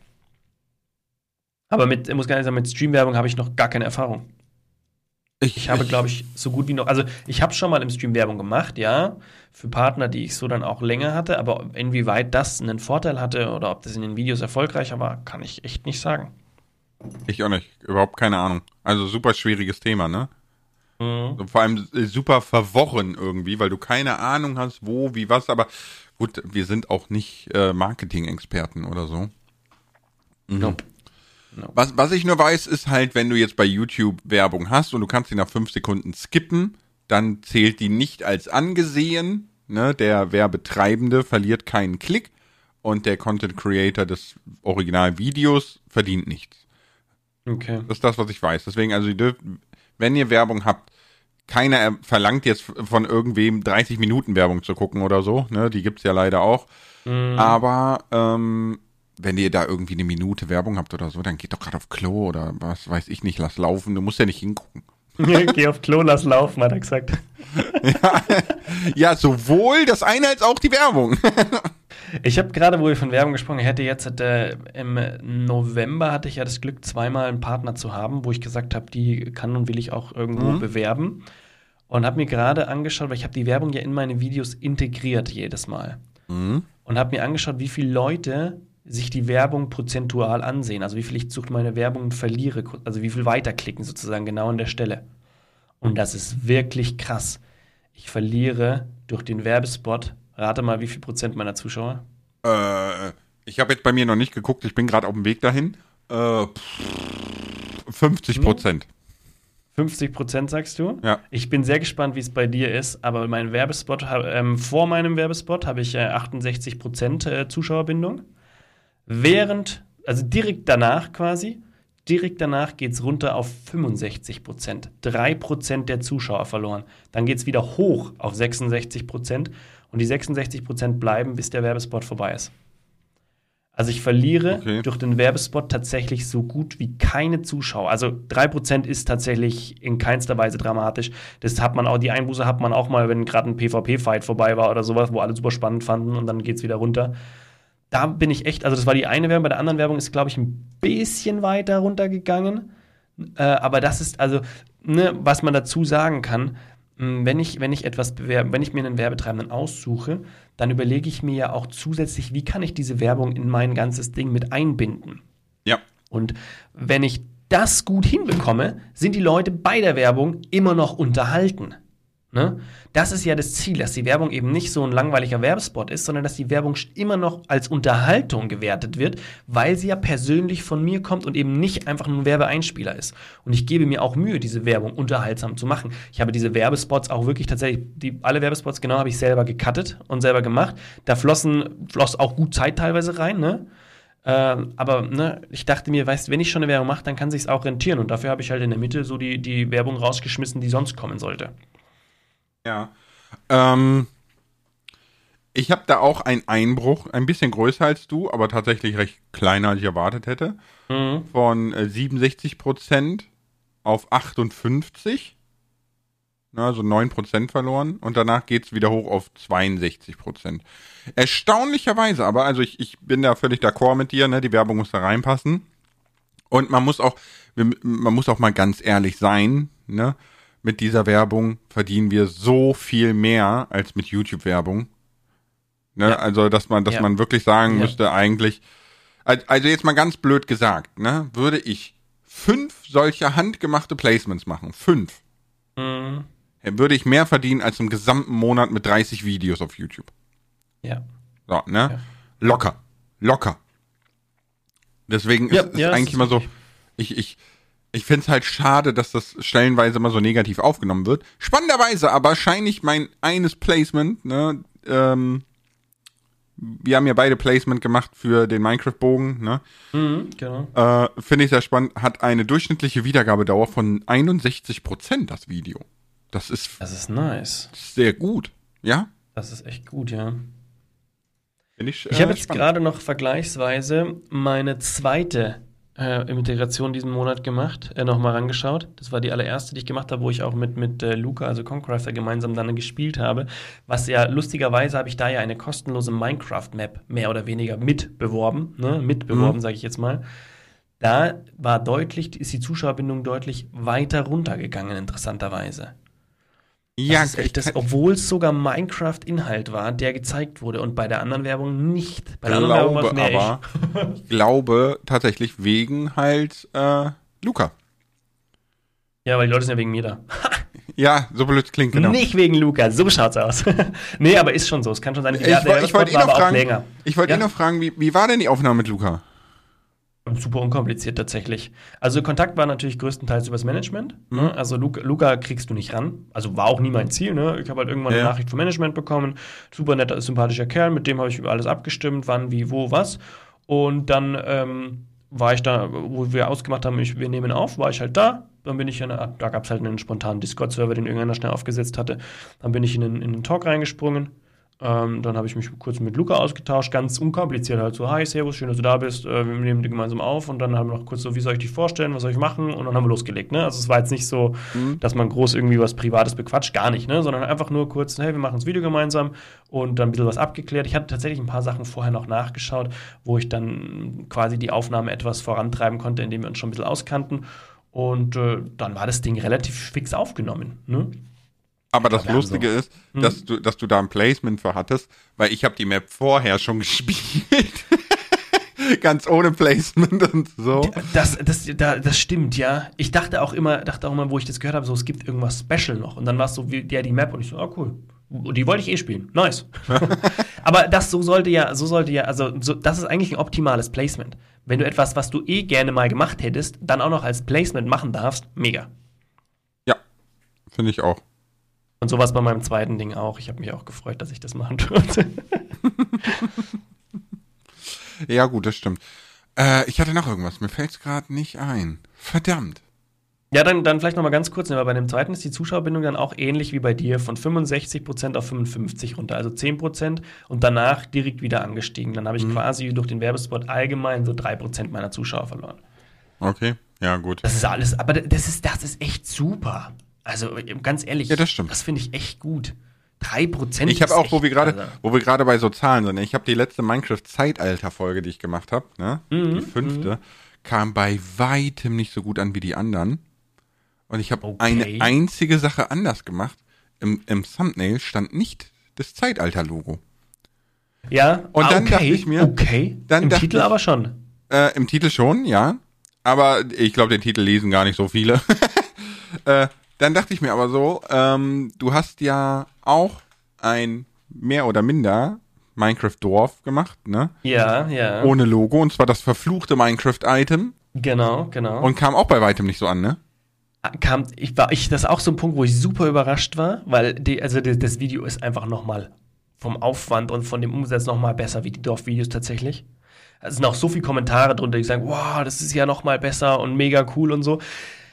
Speaker 2: Aber mit, ich muss gar nicht sagen, mit Streamwerbung habe ich noch gar keine Erfahrung. Ich, ich habe, glaube ich, so gut wie noch, also ich habe schon mal im Stream Werbung gemacht, ja, für Partner, die ich so dann auch länger hatte, aber inwieweit das einen Vorteil hatte oder ob das in den Videos erfolgreicher war, kann ich echt nicht sagen.
Speaker 1: Ich auch nicht, überhaupt keine Ahnung. Also super schwieriges Thema, ne? Mhm. Vor allem super verworren irgendwie, weil du keine Ahnung hast, wo, wie, was, aber gut, wir sind auch nicht äh, Marketing-Experten oder so. Mhm. Nope. No. Was, was ich nur weiß, ist halt, wenn du jetzt bei YouTube Werbung hast und du kannst die nach fünf Sekunden skippen, dann zählt die nicht als angesehen. Ne? Der Werbetreibende verliert keinen Klick und der Content Creator des Originalvideos verdient nichts.
Speaker 2: Okay.
Speaker 1: Das ist das, was ich weiß. Deswegen, also, ihr dürft, wenn ihr Werbung habt, keiner verlangt jetzt von irgendwem dreißig Minuten Werbung zu gucken oder so. Ne? Die gibt's ja leider auch. Mm. Aber, ähm, wenn ihr da irgendwie eine Minute Werbung habt oder so, dann geht doch gerade auf Klo oder was weiß ich nicht, lass laufen, du musst ja nicht hingucken.
Speaker 2: Geh auf Klo, lass laufen, hat er gesagt.
Speaker 1: ja, ja, sowohl das eine als auch die Werbung.
Speaker 2: Ich habe gerade, wo wir von Werbung gesprochen haben, hätte jetzt äh, im November hatte ich ja das Glück, zweimal einen Partner zu haben, wo ich gesagt habe, die kann und will ich auch irgendwo
Speaker 1: Mhm.
Speaker 2: bewerben. Und habe mir gerade angeschaut, weil ich habe die Werbung ja in meine Videos integriert jedes Mal.
Speaker 1: Mhm.
Speaker 2: Und habe mir angeschaut, wie viele Leute sich die Werbung prozentual ansehen. Also wie viel ich durch meine Werbung verliere, also wie viel weiterklicken sozusagen genau an der Stelle. Und das ist wirklich krass. Ich verliere durch den Werbespot, rate mal, wie viel Prozent meiner Zuschauer?
Speaker 1: Äh, ich habe jetzt bei mir noch nicht geguckt, ich bin gerade auf dem Weg dahin. Äh, fünfzig Prozent.
Speaker 2: fünfzig Prozent sagst du?
Speaker 1: Ja.
Speaker 2: Ich bin sehr gespannt, wie es bei dir ist, aber mein Werbespot, ähm, vor meinem Werbespot habe ich äh, achtundsechzig Prozent äh, Zuschauerbindung. Während, also direkt danach quasi, direkt danach geht es runter auf fünfundsechzig Prozent. drei Prozent der Zuschauer verloren. Dann geht es wieder hoch auf sechsundsechzig Prozent und die sechsundsechzig Prozent bleiben, bis der Werbespot vorbei ist. Also ich verliere
Speaker 1: Okay.
Speaker 2: durch den Werbespot tatsächlich so gut wie keine Zuschauer. Also drei Prozent ist tatsächlich in keinster Weise dramatisch. Das hat man auch, die Einbuße hat man auch mal, wenn gerade ein PvP-Fight vorbei war oder sowas, wo alle super spannend fanden und dann geht's wieder runter. Da bin ich echt, also das war die eine Werbung, bei der anderen Werbung ist, glaube ich, ein bisschen weiter runtergegangen. Äh, aber das ist, also, ne, was man dazu sagen kann, mh, wenn ich, wenn ich etwas bewerben, wenn ich mir einen Werbetreibenden aussuche, dann überlege ich mir ja auch zusätzlich, wie kann ich diese Werbung in mein ganzes Ding mit einbinden.
Speaker 1: Ja.
Speaker 2: Und wenn ich das gut hinbekomme, sind die Leute bei der Werbung immer noch unterhalten. Ne? Das ist ja das Ziel, dass die Werbung eben nicht so ein langweiliger Werbespot ist, sondern dass die Werbung immer noch als Unterhaltung gewertet wird, weil sie ja persönlich von mir kommt und eben nicht einfach nur ein Werbeeinspieler ist. Und ich gebe mir auch Mühe, diese Werbung unterhaltsam zu machen. Ich habe diese Werbespots auch wirklich tatsächlich, die, alle Werbespots genau habe ich selber gecuttet und selber gemacht. Da flossen, floss auch gut Zeit teilweise rein, ne? Ähm, aber ne, ich dachte mir, weißt, wenn ich schon eine Werbung mache, dann kann sich's auch rentieren. Und dafür habe ich halt in der Mitte so die, die Werbung rausgeschmissen, die sonst kommen sollte.
Speaker 1: Ja. Ähm, ich habe da auch einen Einbruch, ein bisschen größer als du, aber tatsächlich recht kleiner, als ich erwartet hätte.
Speaker 2: Mhm.
Speaker 1: Von äh, siebenundsechzig Prozent auf achtundfünfzig. Na, also neun Prozent verloren. Und danach geht es wieder hoch auf zweiundsechzig Prozent. Erstaunlicherweise, aber also ich, ich bin da völlig d'accord mit dir, ne? Die Werbung muss da reinpassen. Und man muss auch, man muss auch mal ganz ehrlich sein, ne? Mit dieser Werbung verdienen wir so viel mehr als mit YouTube-Werbung. Ne?
Speaker 2: Ja.
Speaker 1: Also, dass man, dass
Speaker 2: Ja.
Speaker 1: man wirklich sagen
Speaker 2: Ja.
Speaker 1: müsste, eigentlich, also jetzt mal ganz blöd gesagt, ne, würde ich fünf solcher handgemachte Placements machen, fünf,
Speaker 2: Mhm.
Speaker 1: würde ich mehr verdienen als im gesamten Monat mit dreißig Videos auf YouTube.
Speaker 2: Ja.
Speaker 1: So, ne?
Speaker 2: Ja.
Speaker 1: Locker. Locker. Deswegen
Speaker 2: Ja,
Speaker 1: ist es
Speaker 2: ja, das
Speaker 1: eigentlich
Speaker 2: ist
Speaker 1: immer so,
Speaker 2: richtig.
Speaker 1: ich, ich, ich finde es halt schade, dass das stellenweise immer so negativ aufgenommen wird. Spannenderweise aber wahrscheinlich mein eines Placement, ne, ähm, wir haben ja beide Placement gemacht für den Minecraft-Bogen, ne,
Speaker 2: Mhm, genau.
Speaker 1: äh, finde ich sehr spannend, hat eine durchschnittliche Wiedergabedauer von einundsechzig Prozent, das Video. Das ist
Speaker 2: Das ist nice.
Speaker 1: sehr gut, ja?
Speaker 2: Das ist echt gut, ja.
Speaker 1: Finde ich,
Speaker 2: Ich
Speaker 1: äh,
Speaker 2: habe jetzt
Speaker 1: spannend.
Speaker 2: gerade noch vergleichsweise meine zweite äh, Integration diesen Monat gemacht, äh, nochmal rangeschaut. Das war die allererste, die ich gemacht habe, wo ich auch mit, mit äh, Luca, also Concrafter, gemeinsam dann gespielt habe. Was ja, lustigerweise habe ich da ja eine kostenlose Minecraft-Map mehr oder weniger mitbeworben, ne? Mitbeworben,
Speaker 1: Mhm.
Speaker 2: sage ich jetzt mal. Da war deutlich, ist die Zuschauerbindung deutlich weiter runtergegangen, interessanterweise.
Speaker 1: Ja,
Speaker 2: Das ist echt das,
Speaker 1: ich-
Speaker 2: obwohl es sogar Minecraft-Inhalt war, der gezeigt wurde und bei der anderen Werbung nicht. Bei der anderen Werbung war es
Speaker 1: glaube
Speaker 2: mehr
Speaker 1: aber, ich glaube tatsächlich wegen halt äh, Luca.
Speaker 2: ich. Ja, weil die Leute sind ja wegen mir da.
Speaker 1: Ja, so blöd klingt, genau.
Speaker 2: Nicht wegen Luca, so schaut's aus. Nee, aber ist schon so. Es kann schon sein,
Speaker 1: Ich,
Speaker 2: der- der
Speaker 1: woll- ich wollte
Speaker 2: Werbespot
Speaker 1: ihn
Speaker 2: war
Speaker 1: noch
Speaker 2: aber auch
Speaker 1: fragen,
Speaker 2: länger.
Speaker 1: ich wollte
Speaker 2: Ja?
Speaker 1: ihn noch fragen, wie, wie war denn die Aufnahme mit Luca?
Speaker 2: Super unkompliziert tatsächlich. Also Kontakt war natürlich größtenteils übers Management.
Speaker 1: Mhm.
Speaker 2: Ne? Also Luca, Luca kriegst du nicht ran. Also war auch nie mein Ziel. Ne? Ich habe halt irgendwann
Speaker 1: Ja.
Speaker 2: eine Nachricht vom Management bekommen. Super netter, sympathischer Kerl. Mit dem habe ich über alles abgestimmt. Wann, wie, wo, was. Und dann ähm, war ich da, wo wir ausgemacht haben, ich, wir nehmen auf, war ich halt da. Dann bin ich in eine, da gab es halt einen spontanen Discord-Server, den irgendeiner schnell aufgesetzt hatte. Dann bin ich in den, in den Talk reingesprungen. Ähm, dann habe ich mich kurz mit Luca ausgetauscht, ganz unkompliziert halt so, hi, servus, schön, dass du da bist, äh, wir nehmen die gemeinsam auf und dann haben wir noch kurz so, wie soll ich dich vorstellen, was soll ich machen und dann haben wir losgelegt, ne? Also es war jetzt nicht so, mhm. dass man groß irgendwie was Privates bequatscht, gar nicht, ne? Sondern einfach nur kurz, hey, wir machen das Video gemeinsam und dann ein bisschen was abgeklärt. Ich hatte tatsächlich ein paar Sachen vorher noch nachgeschaut, wo ich dann quasi die Aufnahme etwas vorantreiben konnte, indem wir uns schon ein bisschen auskannten und äh, dann war das Ding relativ fix aufgenommen, ne?
Speaker 1: Aber das Lustige so. ist, dass, hm. du, dass du da ein Placement für hattest, weil ich habe die Map vorher schon gespielt. Ganz ohne Placement und so.
Speaker 2: Das, das, das, das stimmt, ja. Ich dachte auch immer, dachte auch immer, wo ich das gehört habe, so es gibt irgendwas Special noch. Und dann war es so wie ja, die Map und ich so, ah cool. Die wollte ich eh spielen. Nice. Aber das so sollte ja, so sollte ja, also so, das ist eigentlich ein optimales Placement. Wenn du etwas, was du eh gerne mal gemacht hättest, dann auch noch als Placement machen darfst, mega.
Speaker 1: Ja, finde ich auch.
Speaker 2: Und sowas bei meinem zweiten Ding auch. Ich habe mich auch gefreut, dass ich das machen durfte.
Speaker 1: Ja, gut, das stimmt. Äh, ich hatte noch irgendwas. Mir fällt es gerade nicht ein. Verdammt.
Speaker 2: Ja, dann, dann vielleicht noch mal ganz kurz. Aber bei dem zweiten ist die Zuschauerbindung dann auch ähnlich wie bei dir. Von fünfundsechzig Prozent auf fünfundfünfzig runter. Also zehn Prozent und danach direkt wieder angestiegen. Dann habe ich mhm. quasi durch den Werbespot allgemein so drei Prozent meiner Zuschauer verloren.
Speaker 1: Okay, ja, gut.
Speaker 2: Das ist alles, aber das ist, das ist echt super. Also ganz ehrlich,
Speaker 1: ja, das stimmt.
Speaker 2: Das finde ich echt gut. Drei Prozent.
Speaker 1: Ich habe auch, wo wir gerade, also. wo wir gerade bei so Zahlen sind. Ich habe die letzte Minecraft-Zeitalter-Folge, die ich gemacht habe, ne, mhm, die fünfte, mhm. kam bei weitem nicht so gut an wie die anderen. Und ich habe okay. eine einzige Sache anders gemacht. Im, im Thumbnail stand nicht das Zeitalter-Logo.
Speaker 2: Ja.
Speaker 1: Und dann
Speaker 2: okay.
Speaker 1: dachte ich mir,
Speaker 2: okay.
Speaker 1: Dann
Speaker 2: Im
Speaker 1: dachte
Speaker 2: Titel
Speaker 1: ich,
Speaker 2: aber schon.
Speaker 1: Äh, Im Titel schon, ja. Aber ich glaube, den Titel lesen gar nicht so viele. äh, Dann dachte ich mir aber so, ähm, du hast ja auch ein mehr oder minder Minecraft-Dorf gemacht, ne?
Speaker 2: Ja, ja.
Speaker 1: Ohne Logo, und zwar das verfluchte Minecraft-Item.
Speaker 2: Genau, genau.
Speaker 1: Und kam auch bei weitem nicht so an, ne?
Speaker 2: Kam, ich war, ich, das ist auch so ein Punkt, wo ich super überrascht war, weil die, also die, das Video ist einfach nochmal vom Aufwand und von dem Umsatz nochmal besser wie die Dorfvideos tatsächlich. Es sind auch so viele Kommentare drunter, die sagen, wow, das ist ja nochmal besser und mega cool und so.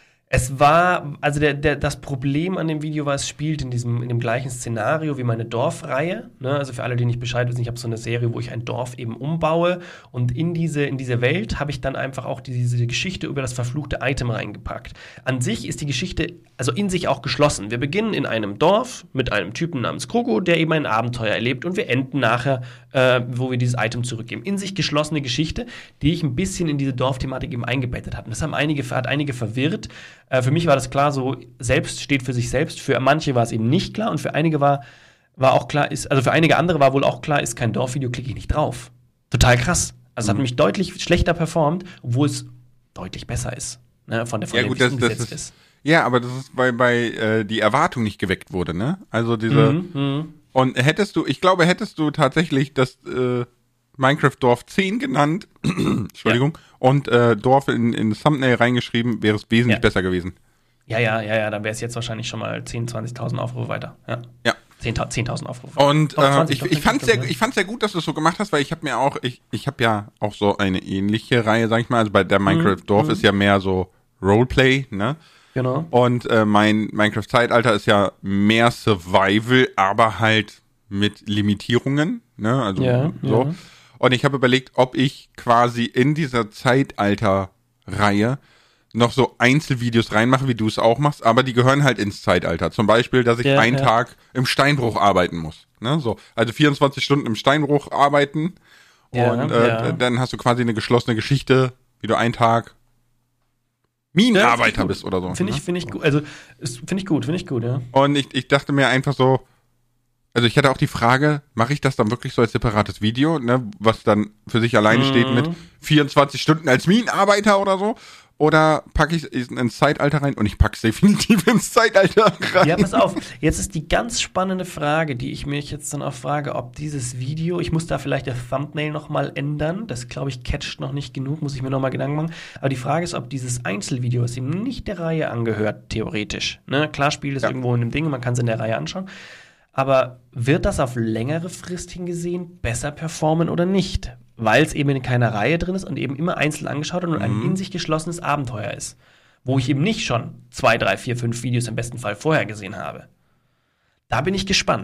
Speaker 2: Es war, also der, der, das Problem an dem Video war, es spielt in diesem, in dem gleichen Szenario wie meine Dorfreihe. Ne? Also für alle, die nicht Bescheid wissen, ich habe so eine Serie, wo ich ein Dorf eben umbaue. Und in diese, in diese Welt habe ich dann einfach auch diese Geschichte über das verfluchte Item reingepackt. An sich ist die Geschichte, also in sich auch geschlossen. Wir beginnen in einem Dorf mit einem Typen namens Kroko, der eben ein Abenteuer erlebt. Und wir enden nachher, äh, wo wir dieses Item zurückgeben. In sich geschlossene Geschichte, die ich ein bisschen in diese Dorfthematik eben eingebettet habe. Und das haben einige, hat einige verwirrt. Für mich war das klar, so selbst steht für sich selbst. Für manche war es eben nicht klar und für einige war, war auch klar, ist, also für einige andere war wohl auch klar, ist kein Dorfvideo, klicke ich nicht drauf. Total krass. Also es hat mich deutlich schlechter performt, obwohl es deutlich besser ist. Ne, von der von
Speaker 1: ja, gut, das, das ist, ist. Ja, aber das ist, weil bei äh, die Erwartung nicht geweckt wurde, ne? Also diese. Mhm, mh. Und hättest du, ich glaube, hättest du tatsächlich das äh, Minecraft Dorf zehn genannt, Entschuldigung, ja. und äh, Dorf in, in das Thumbnail reingeschrieben, wäre es wesentlich ja. besser gewesen.
Speaker 2: Ja, ja, ja, ja, dann wäre es jetzt wahrscheinlich schon mal zehntausend, zwanzigtausend Aufrufe weiter. Ja.
Speaker 1: ja.
Speaker 2: zehntausend Aufrufe.
Speaker 1: Und äh, ich, ich fand es sehr, ich fand's sehr gut, dass du es so gemacht hast, weil ich habe mir auch, ich, ich habe ja auch so eine ähnliche Reihe, sag ich mal, also bei der Minecraft mhm. Dorf mhm. ist ja mehr so Roleplay, ne?
Speaker 2: Genau.
Speaker 1: Und äh, mein Minecraft Zeitalter ist ja mehr Survival, aber halt mit Limitierungen, ne? Also
Speaker 2: ja,
Speaker 1: so.
Speaker 2: Ja.
Speaker 1: Und ich habe überlegt, ob ich quasi in dieser Zeitalter-Reihe noch so Einzelvideos reinmache, wie du es auch machst, aber die gehören halt ins Zeitalter. Zum Beispiel, dass ich ja, einen ja. Tag im Steinbruch arbeiten muss. Ne? So, also vierundzwanzig Stunden im Steinbruch arbeiten
Speaker 2: ja,
Speaker 1: und äh,
Speaker 2: ja.
Speaker 1: dann hast du quasi eine geschlossene Geschichte, wie du einen Tag Minenarbeiter ja, bist oder so.
Speaker 2: Finde ich,
Speaker 1: ne?
Speaker 2: finde ich gut. Also, finde ich gut, finde ich gut, ja.
Speaker 1: Und ich, ich dachte mir einfach so, also ich hatte auch die Frage, mache ich das dann wirklich so als separates Video, ne, was dann für sich alleine mhm. steht mit vierundzwanzig Stunden als Minenarbeiter oder so? Oder packe ich es ins Zeitalter rein? Und ich packe es definitiv ins Zeitalter rein.
Speaker 2: Ja, pass auf. Jetzt ist die ganz spannende Frage, die ich mich jetzt dann auch frage, ob dieses Video, ich muss da vielleicht das Thumbnail nochmal ändern. Das, glaube ich, catcht noch nicht genug, muss ich mir nochmal Gedanken machen. Aber die Frage ist, ob dieses Einzelvideo, was eben nicht der Reihe angehört, theoretisch. Ne? Klar spielt es ja. irgendwo in einem Ding, man kann es in der Reihe anschauen. Aber wird das auf längere Frist hingesehen besser performen oder nicht? Weil es eben in keiner Reihe drin ist und eben immer einzeln angeschaut wird und mhm. ein in sich geschlossenes Abenteuer ist. Wo ich eben nicht schon zwei, drei, vier, fünf Videos im besten Fall vorher gesehen habe. Da bin ich gespannt.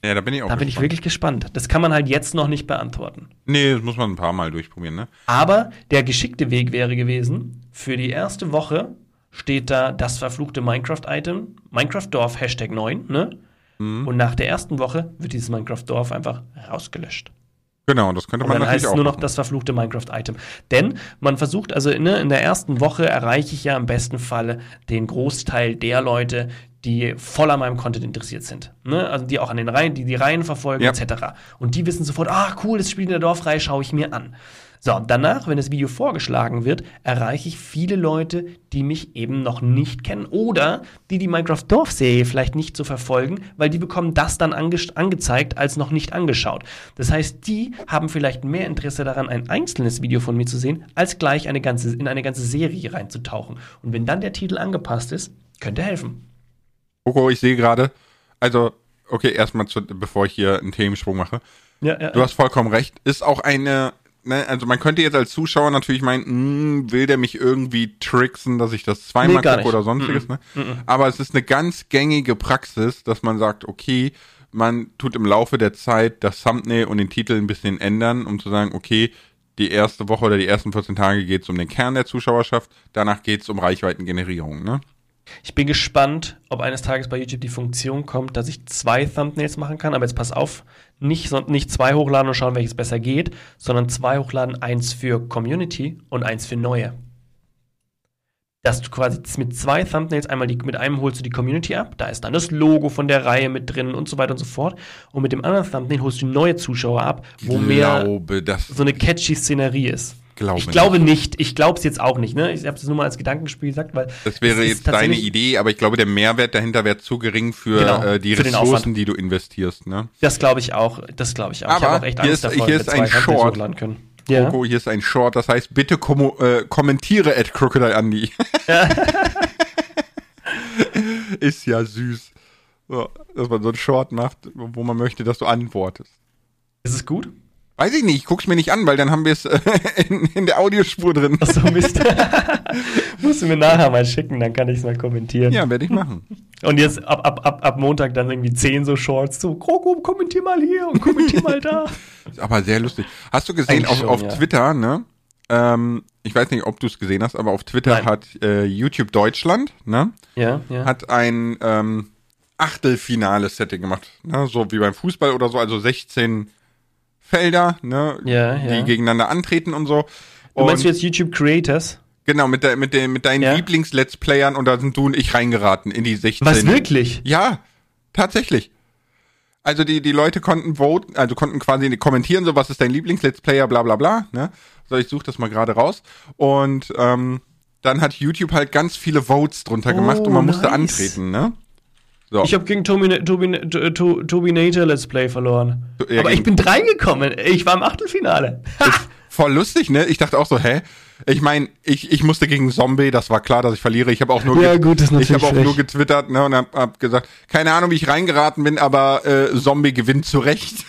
Speaker 1: Ja, da bin ich auch
Speaker 2: Da bin
Speaker 1: gespannt.
Speaker 2: ich wirklich gespannt. Das kann man halt jetzt noch nicht beantworten.
Speaker 1: Nee, das muss man ein paar Mal durchprobieren, ne?
Speaker 2: Aber der geschickte Weg wäre gewesen, für die erste Woche steht da das verfluchte Minecraft-Item, Minecraft-Dorf Hashtag neun, ne?
Speaker 1: Mhm.
Speaker 2: Und nach der ersten Woche wird dieses Minecraft-Dorf einfach rausgelöscht.
Speaker 1: Genau, das könnte
Speaker 2: Und
Speaker 1: man
Speaker 2: dann heißt
Speaker 1: natürlich
Speaker 2: es
Speaker 1: auch
Speaker 2: nur noch
Speaker 1: machen.
Speaker 2: das verfluchte Minecraft-Item. Denn man versucht, also ne, in der ersten Woche erreiche ich ja im besten Falle den Großteil der Leute, die voll an meinem Content interessiert sind. Ne? Also die auch an den Reihen, die die Reihen verfolgen,
Speaker 1: Ja.
Speaker 2: et cetera. Und die wissen sofort, ah, cool, das Spiel in der Dorfreihe schaue ich mir an. So, danach, wenn das Video vorgeschlagen wird, erreiche ich viele Leute, die mich eben noch nicht kennen oder die die Minecraft-Dorf-Serie vielleicht nicht so verfolgen, weil die bekommen das dann ange angezeigt als noch nicht angeschaut. Das heißt, die haben vielleicht mehr Interesse daran, ein einzelnes Video von mir zu sehen, als gleich eine ganze, in eine ganze Serie reinzutauchen. Und wenn dann der Titel angepasst ist, könnte helfen.
Speaker 1: Coco, ich sehe gerade, also, okay, erstmal, zu- bevor ich hier einen Themensprung mache.
Speaker 2: Ja, ja,
Speaker 1: Du hast vollkommen recht. Ist auch eine, ne, also man könnte jetzt als Zuschauer natürlich meinen, hm, will der mich irgendwie tricksen, dass ich das zweimal
Speaker 2: Nee, gar
Speaker 1: gucke
Speaker 2: nicht.
Speaker 1: oder sonstiges, ne? Aber es ist eine ganz gängige Praxis, dass man sagt, okay, man tut im Laufe der Zeit das Thumbnail und den Titel ein bisschen ändern, um zu sagen, okay, die erste Woche oder die ersten vierzehn Tage geht es um den Kern der Zuschauerschaft, danach geht es um Reichweitengenerierung, ne?
Speaker 2: Ich bin gespannt, ob eines Tages bei YouTube die Funktion kommt, dass ich zwei Thumbnails machen kann. Aber jetzt pass auf, nicht, so, nicht zwei hochladen und schauen, welches besser geht, sondern zwei hochladen, eins für Community und eins für Neue. Dass du quasi mit zwei Thumbnails, einmal die, mit einem holst du die Community ab, da ist dann das Logo von der Reihe mit drin und so weiter und so fort. Und mit dem anderen Thumbnail holst du neue Zuschauer ab, wo mehr
Speaker 1: glaube, das
Speaker 2: so eine catchy Szenerie ist.
Speaker 1: glaube
Speaker 2: Ich glaube nicht. Ich glaube es jetzt auch nicht. Ne? Ich habe es nur mal als Gedankenspiel gesagt, weil
Speaker 1: Das wäre
Speaker 2: es ist
Speaker 1: jetzt deine
Speaker 2: tatsächlich-
Speaker 1: Idee, aber ich glaube, der Mehrwert dahinter wäre zu gering für
Speaker 2: Genau,
Speaker 1: äh, die
Speaker 2: für den
Speaker 1: Ressourcen,
Speaker 2: Aufwand.
Speaker 1: die du investierst. Ne?
Speaker 2: Das glaube ich auch. Das glaube ich auch. ich
Speaker 1: Aber
Speaker 2: habe auch echt
Speaker 1: hier
Speaker 2: Angst
Speaker 1: ist-
Speaker 2: davor,
Speaker 1: hier
Speaker 2: dass
Speaker 1: ist
Speaker 2: wir
Speaker 1: ein
Speaker 2: zwei Thumbnails
Speaker 1: Short.
Speaker 2: hochladen können. Ja.
Speaker 1: Coco, hier ist ein Short, das heißt, bitte kommo- äh, kommentiere at Crocodile Andy. Ist ja süß. So, dass man so ein Short macht, wo man möchte, dass du antwortest.
Speaker 2: Ist es gut?
Speaker 1: Weiß ich nicht, ich guck's mir nicht an, weil dann haben wir es äh, in, in der Audiospur drin.
Speaker 2: Achso, Mist. Musst du mir nachher mal schicken, dann kann ich es mal kommentieren.
Speaker 1: Ja, werde ich machen.
Speaker 2: Und jetzt ab, ab, ab, ab Montag dann irgendwie zehn so Shorts zu. Kroko, kommentier mal hier und kommentier mal da.
Speaker 1: Ist aber sehr lustig. Hast du gesehen
Speaker 2: Eigentlich
Speaker 1: auf,
Speaker 2: schon,
Speaker 1: auf
Speaker 2: ja.
Speaker 1: Twitter, ne? Ähm, ich weiß nicht, ob du es gesehen hast, aber auf Twitter
Speaker 2: Nein.
Speaker 1: hat äh, YouTube Deutschland, ne?
Speaker 2: Ja, ja.
Speaker 1: Hat ein ähm, Achtelfinale-Setting gemacht, ne? So wie beim Fußball oder so, also sechzehn Felder, ne?
Speaker 2: Ja,
Speaker 1: Die
Speaker 2: ja.
Speaker 1: gegeneinander antreten und so.
Speaker 2: Du
Speaker 1: Und
Speaker 2: meinst du jetzt YouTube Creators?
Speaker 1: genau, mit, der, mit, den, mit deinen
Speaker 2: Ja.
Speaker 1: Lieblings-Let's Playern und da sind du und ich reingeraten in die sechzehn.
Speaker 2: Was, wirklich?
Speaker 1: Ja, tatsächlich. Also die, die Leute konnten voten, also konnten quasi kommentieren, so was ist dein Lieblings-Let's Player, bla bla bla. Ne? So, ich suche das mal gerade raus. Und ähm, dann hat YouTube halt ganz viele Votes drunter
Speaker 2: Oh,
Speaker 1: gemacht und man musste
Speaker 2: nice.
Speaker 1: antreten, ne? So.
Speaker 2: Ich habe gegen Tobi, Tobi, Tobi, Tobi Nature Let's Play verloren.
Speaker 1: Ja,
Speaker 2: Aber ich
Speaker 1: gegen-
Speaker 2: bin reingekommen. Ich war im Achtelfinale. Ha!
Speaker 1: Ist voll lustig, ne? Ich dachte auch so, hä? Ich meine, ich, ich musste gegen Zombie, das war klar, dass ich verliere. Ich habe auch nur
Speaker 2: Ja,
Speaker 1: get-
Speaker 2: gut, das ist
Speaker 1: ich
Speaker 2: natürlich
Speaker 1: habe auch
Speaker 2: frech.
Speaker 1: nur getwittert, ne, und hab, hab gesagt, keine Ahnung, wie ich reingeraten bin, aber äh, Zombie gewinnt zu Recht.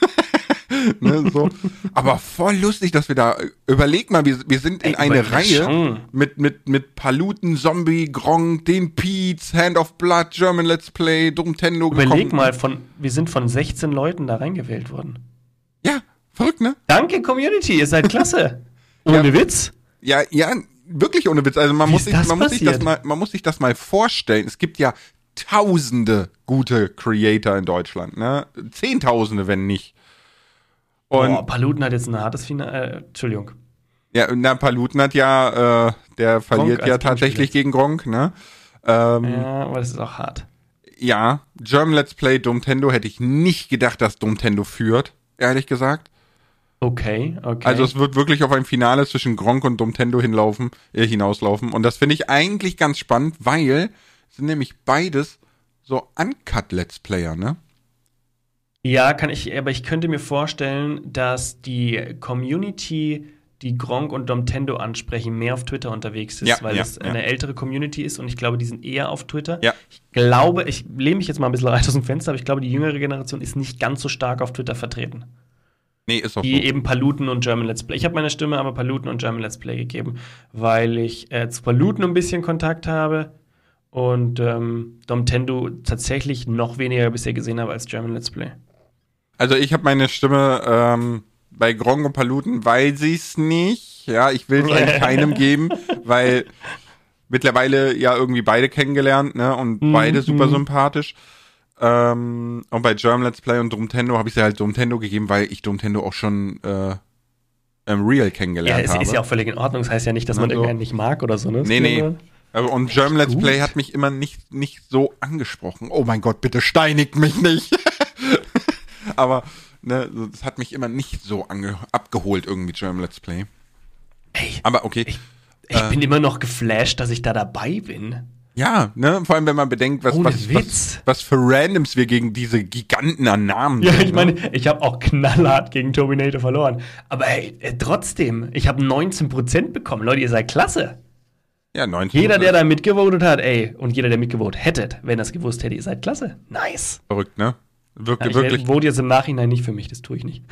Speaker 1: ne, so. Aber voll lustig, dass wir da überleg mal, wir, wir sind in
Speaker 2: Ey,
Speaker 1: eine
Speaker 2: überleg
Speaker 1: Reihe
Speaker 2: schon.
Speaker 1: mit mit mit Paluten, Zombie, Gronk, den Pete's, Hand of Blood, German Let's Play, Dumtendo
Speaker 2: Überleg
Speaker 1: gekommen.
Speaker 2: mal, von, wir sind von sechzehn Leuten da reingewählt worden.
Speaker 1: Ja, verrückt, ne?
Speaker 2: Danke, Community, ihr seid klasse. Ohne
Speaker 1: Ja.
Speaker 2: Witz?
Speaker 1: Ja, ja, wirklich ohne Witz. Also man
Speaker 2: Wie
Speaker 1: muss
Speaker 2: ist
Speaker 1: sich,
Speaker 2: das
Speaker 1: man muss sich das
Speaker 2: passiert?
Speaker 1: mal, man muss sich das mal vorstellen. Es gibt ja tausende gute Creator in Deutschland, ne? Zehntausende, wenn nicht. Und
Speaker 2: Boah, Paluten hat jetzt ein hartes Finale. Äh, Entschuldigung.
Speaker 1: ja, na, Paluten hat ja, äh, der verliert
Speaker 2: als
Speaker 1: ja
Speaker 2: Gegenspieler.
Speaker 1: tatsächlich gegen Gronk, ne? Ähm, ja.
Speaker 2: Ja, aber das ist auch hart.
Speaker 1: German Let's Play Dumtendo hätte ich nicht gedacht, dass Dumtendo führt, ehrlich gesagt.
Speaker 2: Okay, okay.
Speaker 1: Also es wird wirklich auf ein Finale zwischen Gronk und Dumtendo hinlaufen, äh, hinauslaufen. Und das finde ich eigentlich ganz spannend, weil es sind nämlich beides so Uncut-Let's Player, ne?
Speaker 2: Ja, kann ich, aber ich könnte mir vorstellen, dass die Community, die Gronk und Domtendo ansprechen, mehr auf Twitter unterwegs ist,
Speaker 1: Ja,
Speaker 2: weil
Speaker 1: ja,
Speaker 2: es
Speaker 1: ja.
Speaker 2: eine ältere Community ist und ich glaube, die sind eher auf Twitter.
Speaker 1: Ja.
Speaker 2: Ich glaube, ich lehne mich jetzt mal ein bisschen weit aus dem Fenster, aber ich glaube, die jüngere Generation ist nicht ganz so stark auf Twitter vertreten.
Speaker 1: Nee, ist auch
Speaker 2: Die
Speaker 1: so.
Speaker 2: eben Paluten und German Let's Play. Ich habe meine Stimme aber Paluten und German Let's Play gegeben, weil ich äh, zu Paluten ein bisschen Kontakt habe und ähm, Domtendo tatsächlich noch weniger bisher gesehen habe als German Let's Play.
Speaker 1: Also ich habe meine Stimme ähm, bei Grongo Paluten, weiß ich's nicht. Ja, ich will es eigentlich keinem geben, weil mittlerweile ja irgendwie beide kennengelernt, ne? Und
Speaker 2: Mhm.
Speaker 1: beide super sympathisch. Ähm, und bei German Let's Play und Domtendo habe ich sie halt Domtendo gegeben, weil ich Domtendo auch schon äh, im Real
Speaker 2: Ja,
Speaker 1: kennengelernt
Speaker 2: es
Speaker 1: habe.
Speaker 2: ist ja auch völlig in Ordnung. Das heißt ja nicht, dass
Speaker 1: Na,
Speaker 2: man
Speaker 1: so.
Speaker 2: irgendeinen nicht mag oder so, ne?
Speaker 1: Nee, nee. Also, und German Let's
Speaker 2: gut.
Speaker 1: Play hat mich immer nicht, nicht so angesprochen. Oh mein Gott, bitte steinigt mich nicht. Aber ne, das hat mich immer nicht so ange abgeholt, irgendwie German Let's Play.
Speaker 2: Ey,
Speaker 1: Aber okay.
Speaker 2: ich, ich
Speaker 1: Äh.
Speaker 2: bin immer noch geflasht, dass ich da dabei bin.
Speaker 1: Ja, ne, vor allem wenn man bedenkt, was,
Speaker 2: Ohne
Speaker 1: was,
Speaker 2: Witz.
Speaker 1: was, was für Randoms wir gegen diese Giganten an Namen
Speaker 2: Ja,
Speaker 1: sind,
Speaker 2: ich meine, ich habe auch knallhart gegen Terminator verloren. Aber hey, äh, trotzdem, ich habe neunzehn Prozent bekommen. Leute, ihr seid klasse.
Speaker 1: Ja, neunzehn.
Speaker 2: Jeder, der da mitgevotet hat, ey, und jeder, der mitgevotet hättet, wenn das gewusst hätte, ihr seid klasse. Nice.
Speaker 1: Verrückt, ne? Wirk
Speaker 2: Ja, ich
Speaker 1: wirklich.
Speaker 2: vote jetzt im Nachhinein nicht für mich, das tue ich nicht.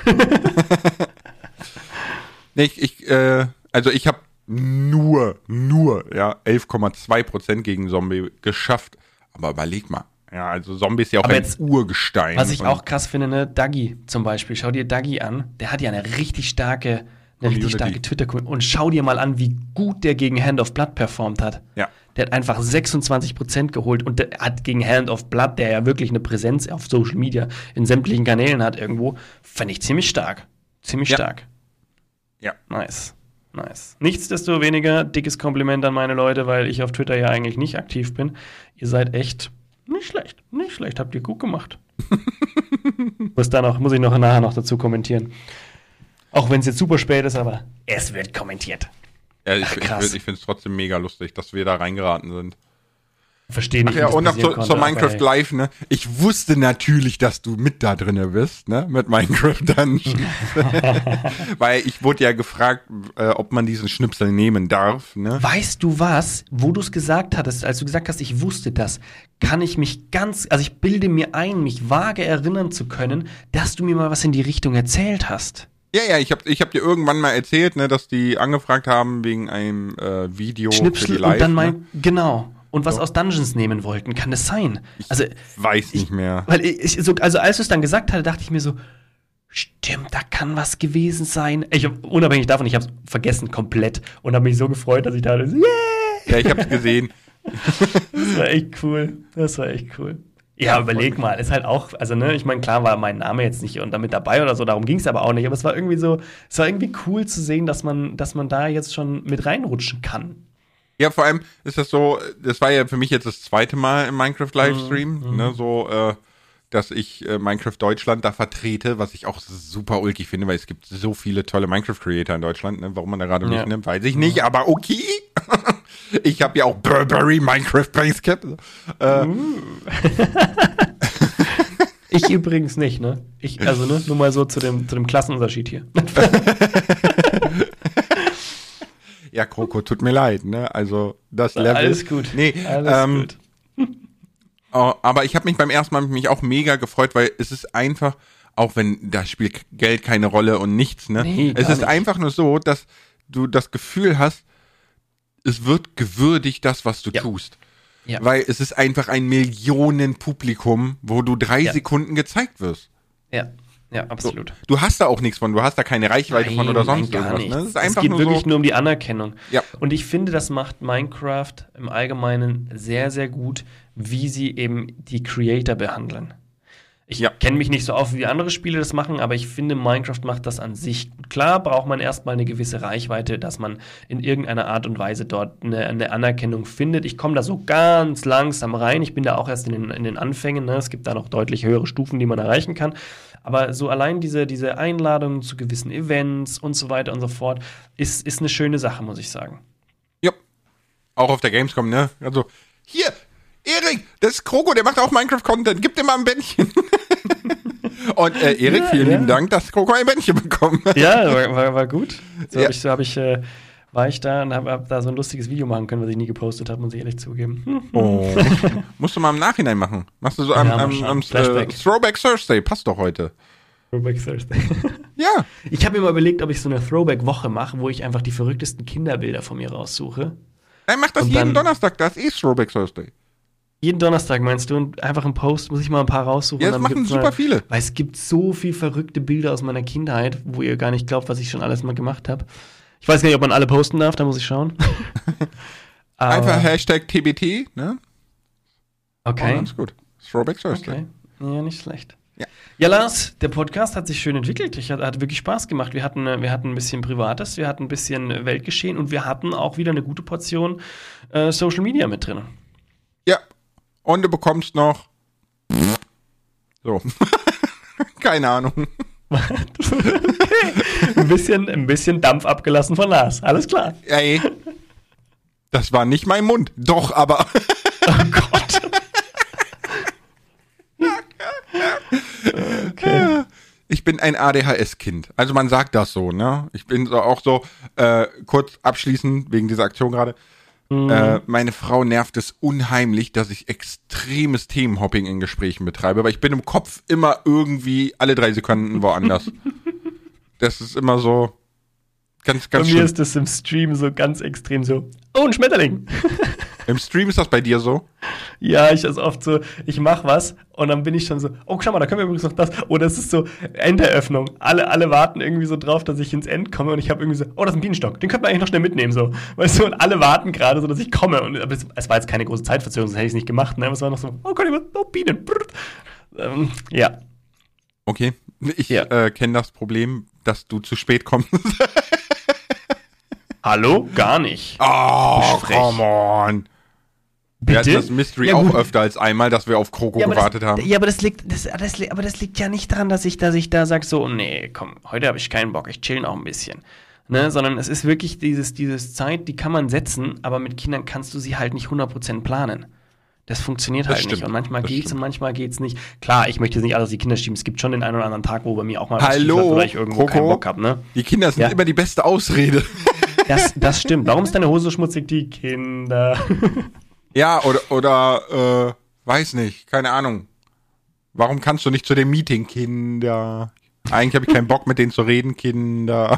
Speaker 1: Nee, ich, ich, äh, also ich habe nur, nur, ja, elf Komma zwei Prozent gegen Zombie geschafft. Aber überleg mal. Ja, also Zombie ist ja auch
Speaker 2: Aber
Speaker 1: ein
Speaker 2: jetzt,
Speaker 1: Urgestein.
Speaker 2: Was ich
Speaker 1: Und
Speaker 2: auch krass finde, ne, Dagi zum Beispiel. Schau dir Dagi an. Der hat ja eine richtig starke, eine richtig
Speaker 1: Community.
Speaker 2: starke Twitter-Community. Und schau dir mal an, wie gut der gegen Hand of Blood performt hat.
Speaker 1: Ja.
Speaker 2: Der hat einfach sechsundzwanzig Prozent geholt und der hat gegen Hand of Blood, der ja wirklich eine Präsenz auf Social Media in sämtlichen Kanälen hat irgendwo, fand ich ziemlich stark. Ziemlich
Speaker 1: Ja.
Speaker 2: stark.
Speaker 1: Ja.
Speaker 2: Nice. Nice. Nichtsdestoweniger, dickes Kompliment an meine Leute, weil ich auf Twitter ja eigentlich nicht aktiv bin. Ihr seid echt nicht schlecht. Nicht schlecht. Habt ihr gut gemacht. muss, da noch, muss ich noch nachher noch dazu kommentieren. Auch wenn es jetzt super spät ist, aber es wird kommentiert.
Speaker 1: Ja, ich,
Speaker 2: Ach,
Speaker 1: ich,
Speaker 2: krass.
Speaker 1: ich finde es trotzdem mega lustig, dass wir da reingeraten sind.
Speaker 2: Verstehe nicht,
Speaker 1: Ach ja,
Speaker 2: wie das
Speaker 1: und noch
Speaker 2: passieren
Speaker 1: zu,
Speaker 2: konnte,
Speaker 1: zur
Speaker 2: aber
Speaker 1: Minecraft
Speaker 2: hey.
Speaker 1: Live, ne? Ich wusste natürlich, dass du mit da drinne bist, ne? Mit Minecraft Dungeons. Weil ich wurde ja gefragt, äh, ob man diesen Schnipsel nehmen darf, ne?
Speaker 2: Weißt du was, wo du es gesagt hattest, als du gesagt hast, ich wusste das, kann ich mich ganz, also ich bilde mir ein, mich vage erinnern zu können, dass du mir mal was in die Richtung erzählt hast.
Speaker 1: Ja, ja, ich hab, ich hab dir irgendwann mal erzählt, ne, dass die angefragt haben wegen einem äh, Video für die
Speaker 2: Schnipsel
Speaker 1: Live,
Speaker 2: und dann
Speaker 1: ne?
Speaker 2: mein, genau. Und was
Speaker 1: So.
Speaker 2: aus Dungeons nehmen wollten, kann das sein? Also,
Speaker 1: Weiß nicht mehr.
Speaker 2: weil ich, ich so, also als du es dann gesagt hatte, dachte ich mir so, stimmt, da kann was gewesen sein. Ich, unabhängig davon, ich habe es vergessen komplett und habe mich so gefreut, dass ich da, yeah!
Speaker 1: Ja, ich hab's gesehen.
Speaker 2: Das war echt cool. Das war echt cool. Ja,
Speaker 1: Ja,
Speaker 2: überleg mal, ist halt auch, also ne, ich meine, klar war mein Name jetzt nicht und damit dabei oder so, darum ging es aber auch nicht, aber es war irgendwie so, es war irgendwie cool zu sehen, dass man, dass man da jetzt schon mit reinrutschen kann.
Speaker 1: Ja, vor allem ist das so, das war ja für mich jetzt das zweite Mal im Minecraft Livestream,
Speaker 2: Mhm.
Speaker 1: ne, so, äh, dass ich äh, Minecraft Deutschland da vertrete, was ich auch super ulkig finde, weil es gibt so viele tolle Minecraft-Creator in Deutschland, ne, warum man da gerade
Speaker 2: Ja.
Speaker 1: nicht nimmt, weiß ich nicht, aber okay. Ich habe ja auch Burberry Minecraft Basecap. Äh,
Speaker 2: Ich übrigens nicht, ne? Ich, also ne, nur mal so zu dem, zu dem Klassenunterschied hier.
Speaker 1: Ja, Kroko, tut mir leid, ne? Also das Level.
Speaker 2: Alles gut.
Speaker 1: Nee,
Speaker 2: Alles
Speaker 1: ähm,
Speaker 2: gut.
Speaker 1: oh, aber ich habe mich beim ersten Mal mich auch mega gefreut, weil es ist einfach, auch wenn da spielt Geld keine Rolle und nichts, ne?
Speaker 2: Nee,
Speaker 1: es
Speaker 2: gar
Speaker 1: ist
Speaker 2: nicht.
Speaker 1: einfach nur so, dass du das Gefühl hast, es wird gewürdigt, das, was du
Speaker 2: Ja.
Speaker 1: tust.
Speaker 2: Ja.
Speaker 1: Weil es ist einfach ein Millionenpublikum, wo du drei
Speaker 2: Ja.
Speaker 1: Sekunden gezeigt wirst.
Speaker 2: Ja, ja, absolut.
Speaker 1: Du hast da auch nichts von, du hast da keine Reichweite von oder sonst
Speaker 2: nein, gar
Speaker 1: irgendwas.
Speaker 2: nichts.
Speaker 1: Ne? Es ist
Speaker 2: Es
Speaker 1: einfach
Speaker 2: geht
Speaker 1: nur
Speaker 2: wirklich
Speaker 1: so.
Speaker 2: nur um die Anerkennung.
Speaker 1: Ja.
Speaker 2: Und ich finde, das macht Minecraft im Allgemeinen sehr, sehr gut, wie sie eben die Creator behandeln. Ich
Speaker 1: Ja.
Speaker 2: kenne mich nicht so auf, wie andere Spiele das machen, aber ich finde, Minecraft macht das an sich gut. Klar braucht man erstmal eine gewisse Reichweite, dass man in irgendeiner Art und Weise dort eine, eine Anerkennung findet. Ich komme da so ganz langsam rein. Ich bin da auch erst in den, in den Anfängen. Ne? Es gibt da noch deutlich höhere Stufen, die man erreichen kann. Aber so allein diese, diese Einladungen zu gewissen Events und so weiter und so fort ist, ist eine schöne Sache, muss ich sagen.
Speaker 1: Ja. Auch auf der Gamescom, ne? Also, hier, Erik, das ist Kroko, der macht auch Minecraft-Content, gib dem mal ein Bändchen. Und äh, Erik,
Speaker 2: Ja,
Speaker 1: vielen
Speaker 2: ja.
Speaker 1: lieben Dank, dass Kroko ein Bändchen bekommen hat.
Speaker 2: Ja, war, war, war gut. So
Speaker 1: Ja.
Speaker 2: habe ich, so hab ich, äh, war ich da und habe hab da so ein lustiges Video machen können, was ich nie gepostet habe, muss ich ehrlich zugeben. Hm.
Speaker 1: Oh. Musst du mal im Nachhinein machen. Machst du so am,
Speaker 2: Ja, mal
Speaker 1: am,
Speaker 2: schauen.
Speaker 1: am äh,
Speaker 2: Flashback.
Speaker 1: Throwback Thursday, passt doch heute.
Speaker 2: Throwback Thursday.
Speaker 1: Ja.
Speaker 2: Ich habe mir mal überlegt, ob ich so eine Throwback-Woche mache, wo ich einfach die verrücktesten Kinderbilder von mir raussuche.
Speaker 1: Nein, mach das
Speaker 2: Und
Speaker 1: jeden
Speaker 2: dann-
Speaker 1: Donnerstag, das ist eh Throwback Thursday.
Speaker 2: Jeden Donnerstag meinst du? Und einfach einen Post, muss ich mal ein paar raussuchen.
Speaker 1: Ja, das
Speaker 2: dann
Speaker 1: machen
Speaker 2: gibt's
Speaker 1: super
Speaker 2: mal,
Speaker 1: viele.
Speaker 2: Weil es gibt so viel verrückte Bilder aus meiner Kindheit, wo ihr gar nicht glaubt, was ich schon alles mal gemacht habe. Ich weiß gar nicht, ob man alle posten darf, da muss ich schauen.
Speaker 1: Einfach Hashtag T B T, ne?
Speaker 2: Okay.
Speaker 1: Oh, ganz gut. Throwback Thursday.
Speaker 2: Okay. Ja, nicht schlecht.
Speaker 1: Ja.
Speaker 2: Ja, Lars, der Podcast hat sich schön entwickelt. Ich hat, hat wirklich Spaß gemacht. Wir hatten, wir hatten ein bisschen Privates, wir hatten ein bisschen Weltgeschehen und wir hatten auch wieder eine gute Portion äh, Social Media mit drin.
Speaker 1: Ja. Und du bekommst noch. So. Keine Ahnung.
Speaker 2: ein, bisschen, ein bisschen Dampf abgelassen von Lars. Alles klar.
Speaker 1: Ey. Das war nicht mein Mund. Doch, aber.
Speaker 2: Oh Gott. Okay.
Speaker 1: Ich bin ein A D H S-Kind. Also man sagt das so, ne? Ich bin so auch so, äh, kurz abschließend, wegen dieser Aktion gerade. Mhm. Äh, meine Frau nervt es unheimlich, dass ich extremes Themenhopping in Gesprächen betreibe, weil ich bin im Kopf immer irgendwie alle drei Sekunden woanders. Das ist immer so ganz, ganz
Speaker 2: Bei mir
Speaker 1: schlimm.
Speaker 2: ist das im Stream so ganz extrem so, oh, ein Schmetterling.
Speaker 1: Im Stream ist das bei dir so?
Speaker 2: Ja, ich ist oft so, ich mach was und dann bin ich schon so, oh, schau mal, da können wir übrigens noch das. Oder es ist so Enderöffnung. Alle, alle warten irgendwie so drauf, dass ich ins End komme und ich habe irgendwie so, oh, das ist ein Bienenstock, den könnte man eigentlich noch schnell mitnehmen, so. Weißt du, und alle warten gerade so, dass ich komme. Und aber es, es war jetzt keine große Zeitverzögerung, sonst hätte ich es nicht gemacht, ne? Aber es war noch so, oh Gott, oh, Bienen. Ähm, ja.
Speaker 1: Okay, ich
Speaker 2: Ja.
Speaker 1: äh, kenne das Problem, dass du zu spät kommst.
Speaker 2: Hallo? Gar nicht.
Speaker 1: Oh,
Speaker 2: Frech.
Speaker 1: come on. Wir hatten das Mystery
Speaker 2: Ja,
Speaker 1: auch
Speaker 2: gut.
Speaker 1: öfter als einmal, dass wir auf Kroko
Speaker 2: Ja, aber
Speaker 1: gewartet
Speaker 2: das,
Speaker 1: haben.
Speaker 2: Ja, aber das liegt, das, das, li- aber das liegt ja nicht daran, dass ich, dass ich da sage, so, nee, komm, heute habe ich keinen Bock, ich chill noch ein bisschen. Ne? Sondern es ist wirklich dieses, dieses Zeit, die kann man setzen, aber mit Kindern kannst du sie halt nicht hundert Prozent planen. Das funktioniert
Speaker 1: Das
Speaker 2: halt
Speaker 1: stimmt,
Speaker 2: nicht. Und manchmal
Speaker 1: das
Speaker 2: geht's
Speaker 1: stimmt.
Speaker 2: und manchmal geht's nicht. Klar, ich möchte jetzt nicht alles auf die Kinder schieben. Es gibt schon den einen oder anderen Tag, wo bei mir auch mal was schief
Speaker 1: Hallo,
Speaker 2: läuft oder ich irgendwo
Speaker 1: Coco.
Speaker 2: keinen Bock habe, ne?
Speaker 1: Die Kinder sind
Speaker 2: Ja.
Speaker 1: immer die beste Ausrede.
Speaker 2: Das, das stimmt. Warum ist deine Hose so schmutzig? Die Kinder.
Speaker 1: Ja, oder, oder, äh, weiß nicht, keine Ahnung. Warum kannst du nicht zu dem Meeting, Kinder? Eigentlich habe ich keinen Bock, mit denen zu reden, Kinder.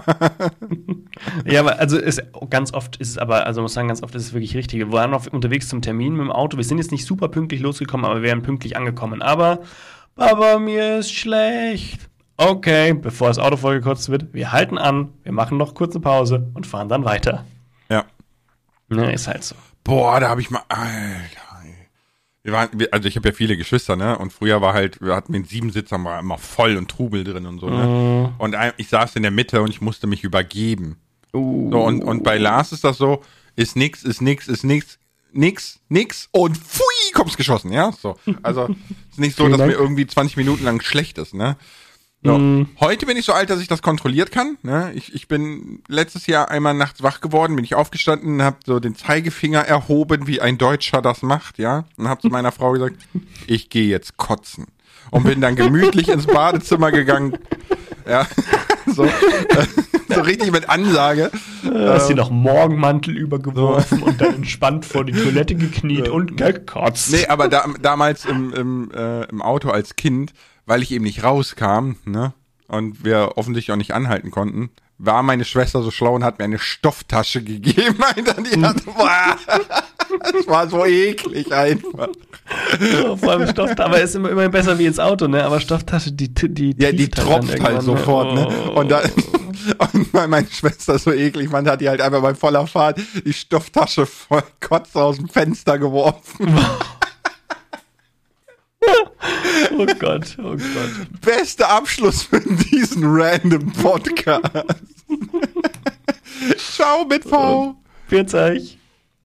Speaker 2: Ja, aber also ist, ganz oft ist es aber, also muss sagen, ganz oft ist es wirklich richtig. Wir waren auf, unterwegs zum Termin mit dem Auto. Wir sind jetzt nicht super pünktlich losgekommen, aber wir wären pünktlich angekommen. Aber, Papa, mir ist schlecht. Okay, bevor das Auto vollgekotzt wird, wir halten an, wir machen noch kurze Pause und fahren dann weiter.
Speaker 1: Ja.
Speaker 2: Ne, ist halt so.
Speaker 1: Boah, da habe ich mal, Alter. ey. Wir waren, wir, also ich habe ja viele Geschwister, ne? Und früher war halt, wir hatten den Siebensitzer war immer voll und Trubel drin und so, ne?
Speaker 2: Mhm.
Speaker 1: Und ein- ich saß in der Mitte und ich musste mich übergeben.
Speaker 2: Uh.
Speaker 1: So, und, und bei Lars ist das so, ist nix, ist nix, ist nix, nix, nix und pfui, kommst geschossen, ja? So. Also, ist nicht so,
Speaker 2: Vielen
Speaker 1: dass
Speaker 2: Dank.
Speaker 1: mir irgendwie zwanzig Minuten lang schlecht ist, ne? So.
Speaker 2: Mm.
Speaker 1: Heute bin ich so alt, dass ich das kontrolliert kann. Ne? Ich, ich bin letztes Jahr einmal nachts wach geworden, bin ich aufgestanden, habe so den Zeigefinger erhoben, wie ein Deutscher das macht, ja, und habe zu meiner Frau gesagt, ich gehe jetzt kotzen. Und bin dann gemütlich ins Badezimmer gegangen. Ja, so, äh, so richtig mit Ansage.
Speaker 2: Hast dir noch Morgenmantel übergeworfen und dann entspannt vor die Toilette gekniet und gekotzt.
Speaker 1: Nee, aber da, damals im, im, äh, im Auto als Kind, weil ich eben nicht rauskam, ne, und wir offensichtlich auch nicht anhalten konnten, war meine Schwester so schlau und hat mir eine Stofftasche gegeben, Alter, die hat, boah, das war so eklig einfach.
Speaker 2: So, vor allem Stofftasche, aber ist immer immerhin besser wie ins Auto, ne? Aber Stofftasche, die die
Speaker 1: Ja, die
Speaker 2: trieft dann
Speaker 1: tropft halt
Speaker 2: irgendwann,
Speaker 1: sofort, ne,
Speaker 2: Oh.
Speaker 1: und dann, und weil meine Schwester so eklig, man hat die halt einfach bei voller Fahrt die Stofftasche voll Kotze aus dem Fenster geworfen.
Speaker 2: Oh Gott, oh Gott.
Speaker 1: Bester Abschluss für diesen random Podcast. Ciao mit V.
Speaker 2: Pfiat euch.